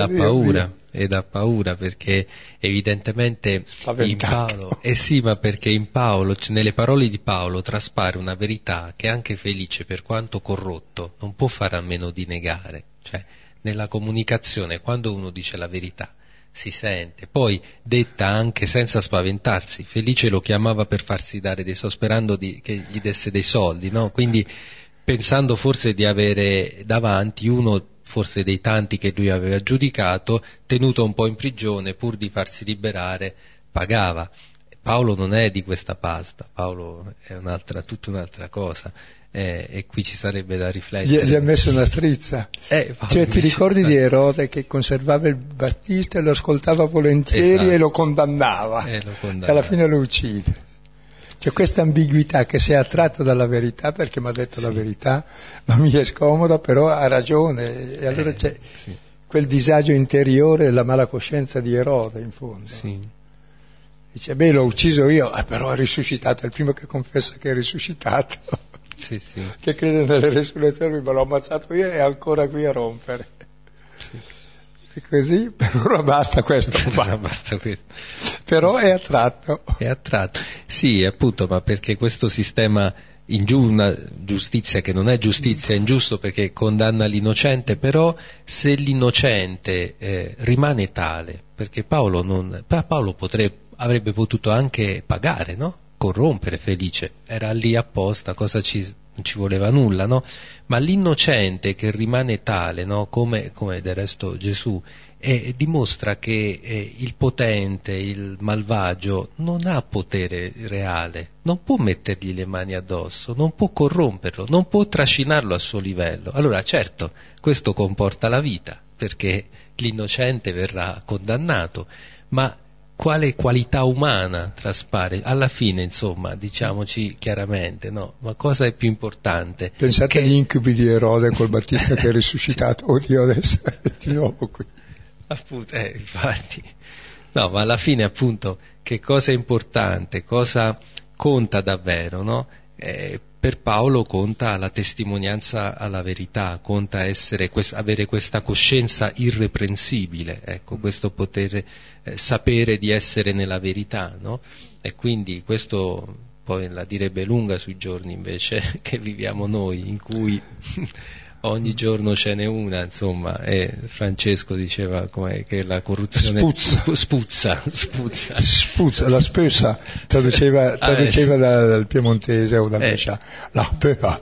e dà paura perché evidentemente in Paolo, sì, ma perché in Paolo, nelle parole di Paolo traspare una verità che anche Felice, per quanto corrotto, non può fare a meno di negare, cioè nella comunicazione quando uno dice la verità si sente, poi detta anche senza spaventarsi. Felice lo chiamava per farsi dare dei soldi, sperando che gli desse dei soldi, no? Quindi pensando forse di avere davanti uno forse dei tanti che lui aveva giudicato, tenuto un po' in prigione, pur di farsi liberare, pagava. Paolo non è di questa pasta, Paolo è tutta un'altra cosa. E qui ci sarebbe da riflettere. Gli ha messo una strizza. Cioè ti ricordi di Erode che conservava il Battista e lo ascoltava volentieri, esatto, e lo condannava. E alla fine lo uccide. C'è questa ambiguità che si è attratto dalla verità perché mi ha detto la verità, ma mi è scomoda, però ha ragione. E allora c'è quel disagio interiore e la mala coscienza di Erode in fondo. Sì. Dice, l'ho ucciso io, però è risuscitato, è il primo che confessa che è risuscitato. Sì. Che crede nelle resurrezioni, ma l'ho ammazzato io e è ancora qui a rompere. Sì. E così per ora basta questo. Basta questo. Però è attratto. È attratto. Sì, appunto, ma perché questo sistema una giustizia che non è giustizia, è ingiusto perché condanna l'innocente, però se l'innocente rimane tale, perché Paolo avrebbe potuto anche pagare, no? Corrompere Felice, era lì apposta, non ci voleva nulla, no? Ma l'innocente che rimane tale, no? Come del resto Gesù, dimostra che il potente, il malvagio, non ha potere reale, non può mettergli le mani addosso, non può corromperlo, non può trascinarlo a suo livello. Allora certo, questo comporta la vita, perché l'innocente verrà condannato, ma quale qualità umana traspare? Alla fine, insomma, diciamoci chiaramente, no? Ma cosa è più importante? Pensate agli incubi di Erode col Battista che è risuscitato, oddio adesso è di nuovo qui. Appunto, infatti. No, ma alla fine, appunto, che cosa è importante? Cosa conta davvero, no? Per Paolo conta la testimonianza alla verità, conta avere questa coscienza irreprensibile, ecco, questo poter sapere di essere nella verità, no? E quindi questo poi la direbbe lunga sui giorni invece che viviamo noi, in cui ogni giorno ce n'è una, insomma, e Francesco diceva che la corruzione spuzza, la spesa, traduceva dal piemontese o dal Brescia, la peva.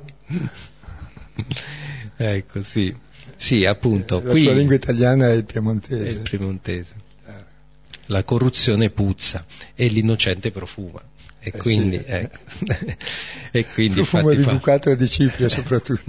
Ecco, sì, appunto. La sua lingua italiana è il piemontese. È il piemontese. La corruzione puzza e l'innocente profuma. E quindi, sì. Ecco. E quindi profumo di bucato e di cipria soprattutto.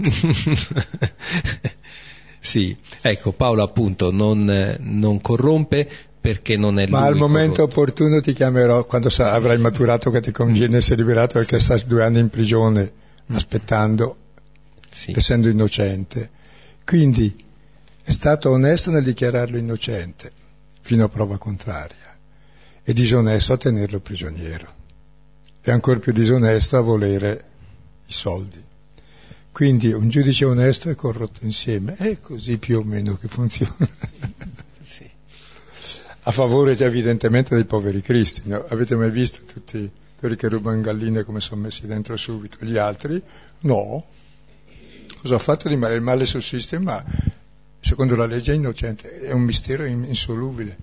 Sì, ecco, Paolo appunto non corrompe perché non è lui. Ma al momento corrotto. Opportuno ti chiamerò quando avrai maturato che ti conviene essere liberato, perché stai 2 anni in prigione aspettando, essendo innocente. Quindi È stato onesto nel dichiararlo innocente, fino a prova contraria, e disonesto a tenerlo prigioniero. E ancora più disonesto a volere i soldi. Quindi un giudice onesto e corrotto insieme. È così più o meno che funziona. Sì. A favore già evidentemente dei poveri cristi. No? Avete mai visto tutti quelli che rubano galline come sono messi dentro subito? Gli altri? No. Cosa ha fatto di male? Il male sussiste, ma secondo la legge è innocente. È un mistero insolubile.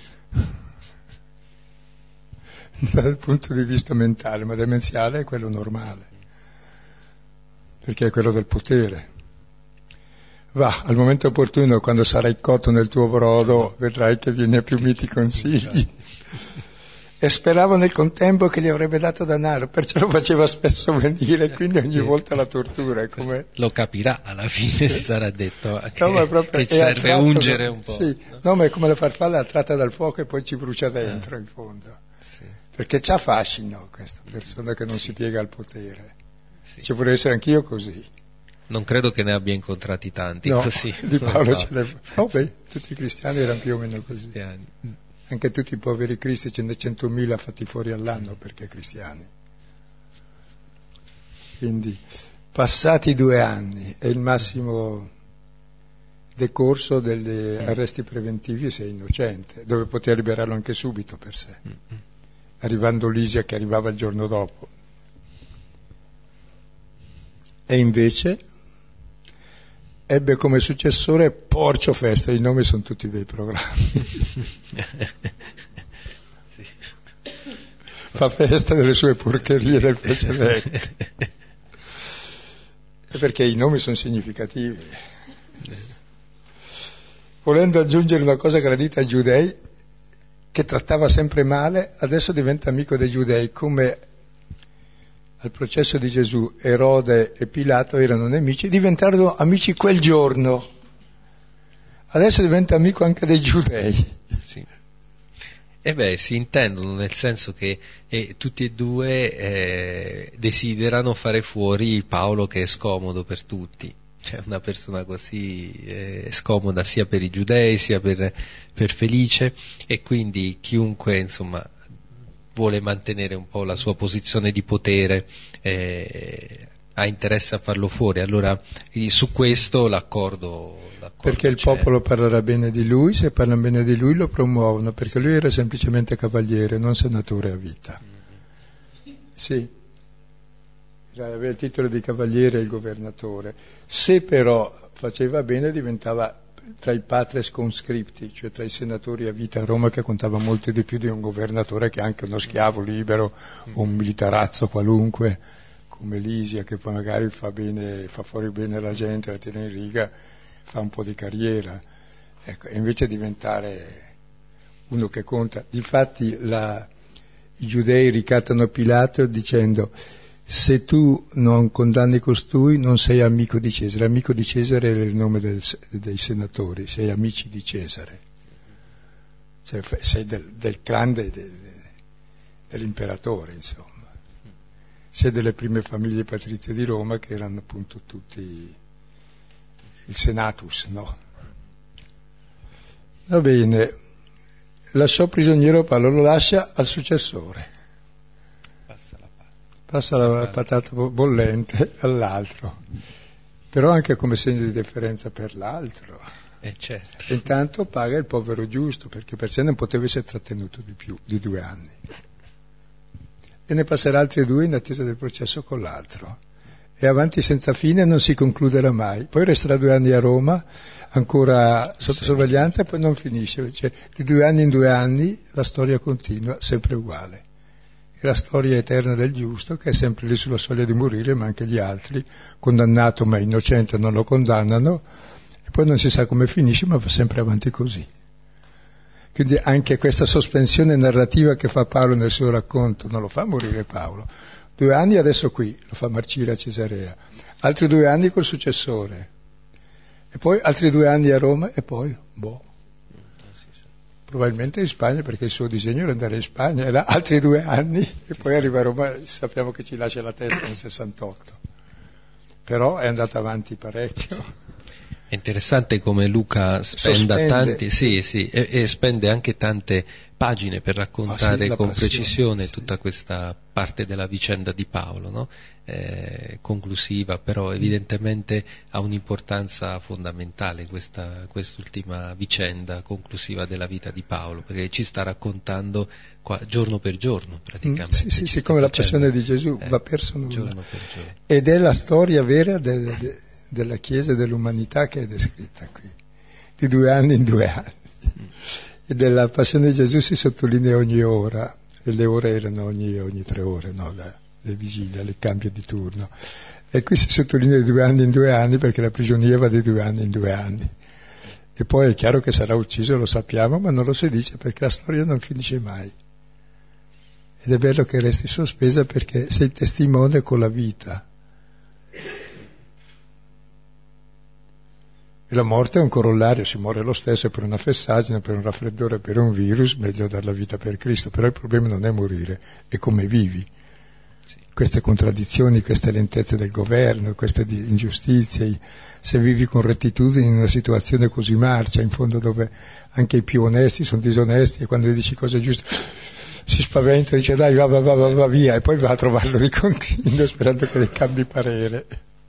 Dal punto di vista mentale, ma demenziale è quello normale, perché è quello del potere. Va, al momento opportuno, quando sarai cotto nel tuo brodo, vedrai che vieni a più miti consigli. E speravo nel contempo che gli avrebbe dato denaro, perciò lo faceva spesso venire, quindi ogni volta la tortura è come... Lo capirà, alla fine si sarà detto che, no, ma proprio, che serve ungere un po'. Sì, no, ma è come la farfalla attratta dal fuoco e poi ci brucia dentro, in fondo. Sì. Perché c'ha fascino questa persona che non si piega al potere. Sì. Ci vorrei essere anch'io così. Non credo che ne abbia incontrati tanti No, così. di Paolo no. ce n'è. No, beh, tutti i cristiani erano più o meno così. Anche tutti i poveri cristi, ce ne 100.000 fatti fuori all'anno perché cristiani. Quindi, passati 2 anni, è il massimo decorso degli arresti preventivi, sei innocente, dove poteva liberarlo anche subito per sé, arrivando Lisia che arrivava il giorno dopo. E invece ebbe come successore Porcio Festa, i nomi sono tutti bei programmi. Sì. Fa festa delle sue porcherie del precedente. E perché i nomi sono significativi. Volendo aggiungere una cosa gradita ai giudei, che trattava sempre male, adesso diventa amico dei giudei, come al processo di Gesù Erode e Pilato erano nemici, diventarono amici quel giorno. Adesso diventa amico anche dei giudei. Sì. E beh, si intendono, nel senso che tutti e due desiderano fare fuori Paolo, che è scomodo per tutti. Cioè una persona così scomoda sia per i giudei sia per Felice, e quindi chiunque insomma vuole mantenere un po' la sua posizione di potere, ha interesse a farlo fuori. Allora su questo l'accordo perché il c'è. popolo parlerà bene di lui, se parlano bene di lui lo promuovono, perché lui era semplicemente cavaliere, non senatore a vita. Sì, aveva il titolo di cavaliere e il governatore. Se però faceva bene diventava tra i patres conscripti, cioè tra i senatori a vita a Roma, che contava molto di più di un governatore che è anche uno schiavo libero o un militarazzo qualunque come Lisia, che poi magari fa fuori bene la gente, la tiene in riga, fa un po' di carriera, ecco, e invece diventare uno che conta. Difatti i giudei ricattano Pilato dicendo: se tu non condanni costui non sei amico di Cesare. Amico di Cesare era il nome dei senatori, sei amici di Cesare, cioè sei del clan dell'imperatore, insomma. Sei delle prime famiglie patrizie di Roma, che erano appunto tutti il senatus, no? Va bene, lasciò prigioniero Paolo, lo lascia al successore. Passa la patata bollente all'altro, però anche come segno di deferenza per l'altro. Certo. E intanto paga il povero giusto, perché per sé non poteva essere trattenuto di più di 2 anni. E ne passerà altri 2 in attesa del processo con l'altro. E avanti senza fine non si concluderà mai. Poi resterà 2 anni a Roma, ancora sotto sorveglianza, e poi non finisce. Cioè, di 2 anni in 2 anni la storia continua, sempre uguale. È la storia eterna del giusto, che è sempre lì sulla soglia di morire, ma anche gli altri, condannato ma innocente, non lo condannano, e poi non si sa come finisce, ma va sempre avanti così. Quindi anche questa sospensione narrativa che fa Paolo nel suo racconto, non lo fa morire Paolo. 2 anni adesso qui, lo fa marcire a Cesarea, altri 2 anni col successore, e poi altri 2 anni a Roma, e poi, probabilmente in Spagna, perché il suo disegno era andare in Spagna, era altri 2 anni, e poi arriva a Roma, sappiamo che ci lascia la testa nel 68. Però è andato avanti parecchio. È interessante come Luca spenda tanti, e spende anche tante pagine per raccontare con precisione tutta questa parte della vicenda di Paolo, no? Conclusiva, però evidentemente ha un'importanza fondamentale quest'ultima vicenda conclusiva della vita di Paolo, perché ci sta raccontando giorno per giorno praticamente. Sì, come la passione di Gesù, va perso nulla. Giorno per giorno. Ed è la storia vera della Chiesa e dell'umanità che è descritta qui, di 2 anni in 2 anni. E della passione di Gesù si sottolinea ogni ora, e le ore erano ogni 3 ore, no? Le vigilie, le cambio di turno. E qui si sottolinea di 2 anni in 2 anni, perché la prigionia va di 2 anni in 2 anni. E poi è chiaro che sarà ucciso, lo sappiamo, ma non lo si dice perché la storia non finisce mai. Ed è bello che resti sospesa perché sei testimone con la vita. E la morte è un corollario, si muore lo stesso per una fessaggine, per un raffreddore, per un virus, meglio dar la vita per Cristo, però il problema non è morire, è come vivi. Sì. Queste contraddizioni, queste lentezze del governo, queste ingiustizie, se vivi con rettitudine in una situazione così marcia, in fondo dove anche i più onesti sono disonesti e quando gli dici cose giuste si spaventa e dice dai va via e poi va a trovarlo di continuo sperando che ne cambi parere.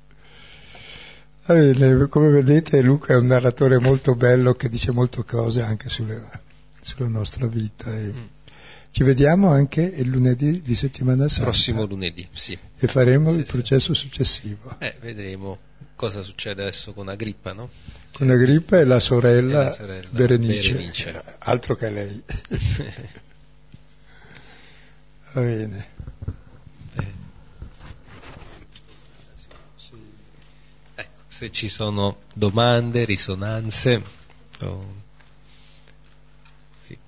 Come vedete Luca è un narratore molto bello che dice molte cose anche sulla nostra vita. Ci vediamo anche il lunedì di settimana santa. Prossimo lunedì, sì. E faremo il processo successivo. Vedremo cosa succede adesso con Agrippa, no? Con Agrippa e la sorella Berenice. Altro che lei. Va bene. Se ci sono domande, risonanze. Sì.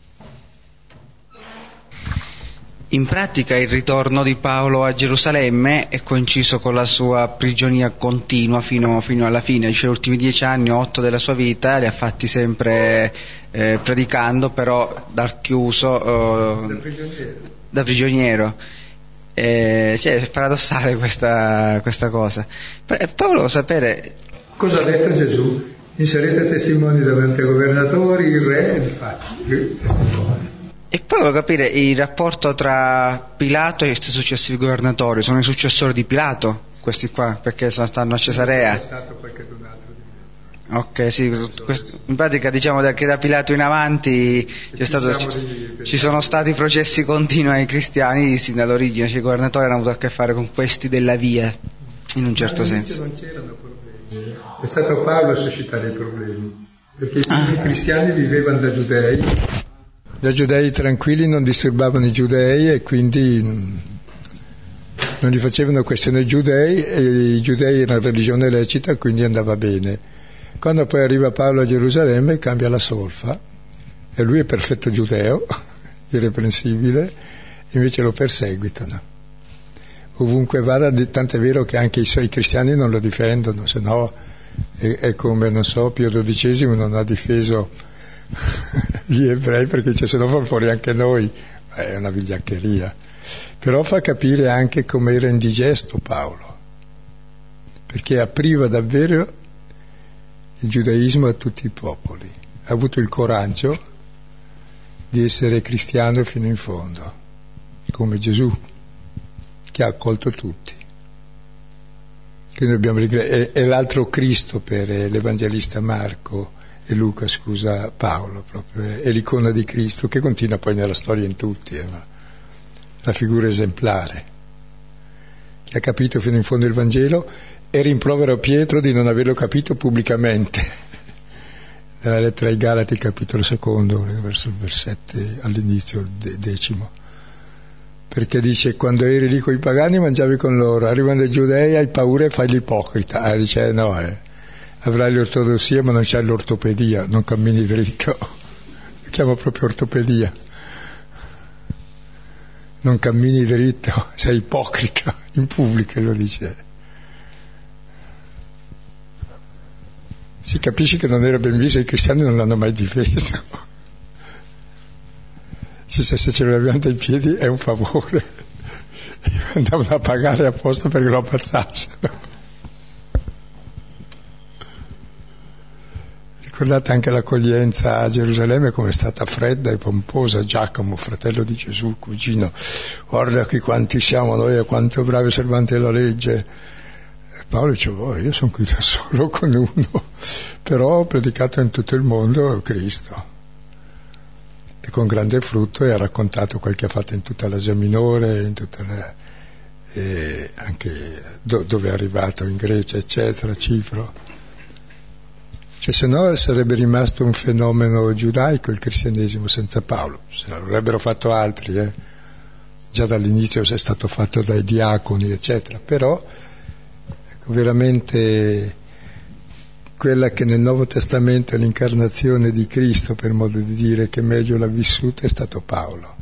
In pratica il ritorno di Paolo a Gerusalemme è coinciso con la sua prigionia continua fino alla fine, cioè gli ultimi 10 anni, 8 della sua vita li ha fatti sempre predicando, però dal chiuso, da prigioniero. È paradossale questa cosa. Poi volevo sapere cosa ha detto Gesù: mi sarete testimoni davanti ai governatori, il re, infatti testimoni. E poi volevo capire il rapporto tra Pilato e i successivi governatori. Sono i successori di Pilato questi qua, perché stanno a Cesarea. Ok, sì, in pratica diciamo che da Pilato in avanti ci sono stati processi continui ai cristiani sin dall'origine, cioè i governatori hanno avuto a che fare con questi della via, in un certo senso. Non c'erano problemi, è stato Paolo a suscitare i problemi, perché i primi cristiani vivevano da giudei tranquilli, non disturbavano i giudei e quindi non gli facevano questione ai giudei, e i giudei erano religione lecita, quindi andava bene. Quando poi arriva Paolo a Gerusalemme cambia la solfa e lui è perfetto giudeo, irreprensibile, invece lo perseguitano. Ovunque vada, tant'è vero che anche i suoi cristiani non lo difendono, se no è come, non so, Pio XII non ha difeso gli ebrei perché dice se no fa fuori anche noi, è una vigliaccheria. Però fa capire anche come era indigesto Paolo, perché apriva davvero il giudaismo a tutti i popoli, ha avuto il coraggio di essere cristiano fino in fondo, come Gesù, che ha accolto tutti. Quindi dobbiamo è l'altro Cristo per l'Evangelista Marco e Luca, Paolo, proprio, è l'icona di Cristo che continua poi nella storia in tutti, ma la figura esemplare, che ha capito fino in fondo il Vangelo e rimprovera Pietro di non averlo capito pubblicamente. Nella lettera ai Galati, capitolo 2, verso il versetto all'inizio, il 10. Perché dice, quando eri lì con i pagani mangiavi con loro, arrivano i giudei, hai paura e fai l'ipocrita. Dice, no, avrai l'ortodossia ma non c'hai l'ortopedia, non cammini dritto. Lo chiamo proprio ortopedia. Non cammini dritto, sei ipocrita, in pubblico lo dice. Si capisce che non era ben visto, i cristiani non l'hanno mai difeso. Se ce l'avevano dai piedi è un favore, andavano a pagare apposta perché lo ammazzassero. Ricordate anche l'accoglienza a Gerusalemme come è stata fredda e pomposa. Giacomo, fratello di Gesù, cugino, guarda qui quanti siamo noi e quanto bravi osservanti della legge. E Paolo dice, io sono qui da solo con uno, però ho predicato in tutto il mondo Cristo. E con grande frutto, e ha raccontato quel che ha fatto in tutta l'Asia Minore, in tutta e anche dove è arrivato, in Grecia, eccetera, Cipro. Cioè, se no sarebbe rimasto un fenomeno giudaico il cristianesimo senza Paolo. Se l'avrebbero fatto altri, già dall'inizio è stato fatto dai diaconi, eccetera. Però, ecco, veramente quella che nel Nuovo Testamento è l'incarnazione di Cristo, per modo di dire, che meglio l'ha vissuta, è stato Paolo.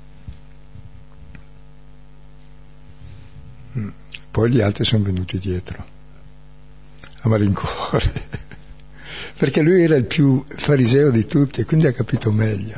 Poi gli altri sono venuti dietro a malincuore, perché lui era il più fariseo di tutti e quindi ha capito meglio.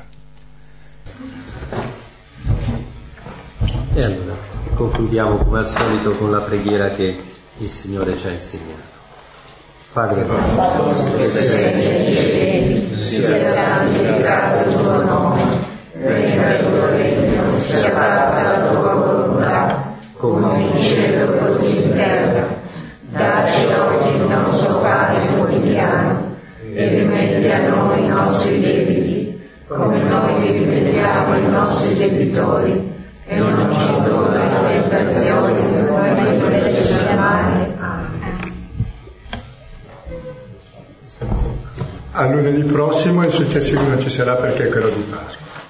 E allora concludiamo come al solito con la preghiera che il Signore ci ha insegnato. Padre nostro che sei nei cieli, sia santificato il tuo nome, venga il tuo regno, sia fatta la tua volontà, come in cielo così in terra. Dacci oggi il nostro pane quotidiano e rimetti a noi i nostri debiti, come noi li rimettiamo ai nostri debitori, e non ci condurre alla tentazione, ma liberaci dal male. Amen. A lunedì prossimo, il successivo non ci sarà perché è quello di Pasqua.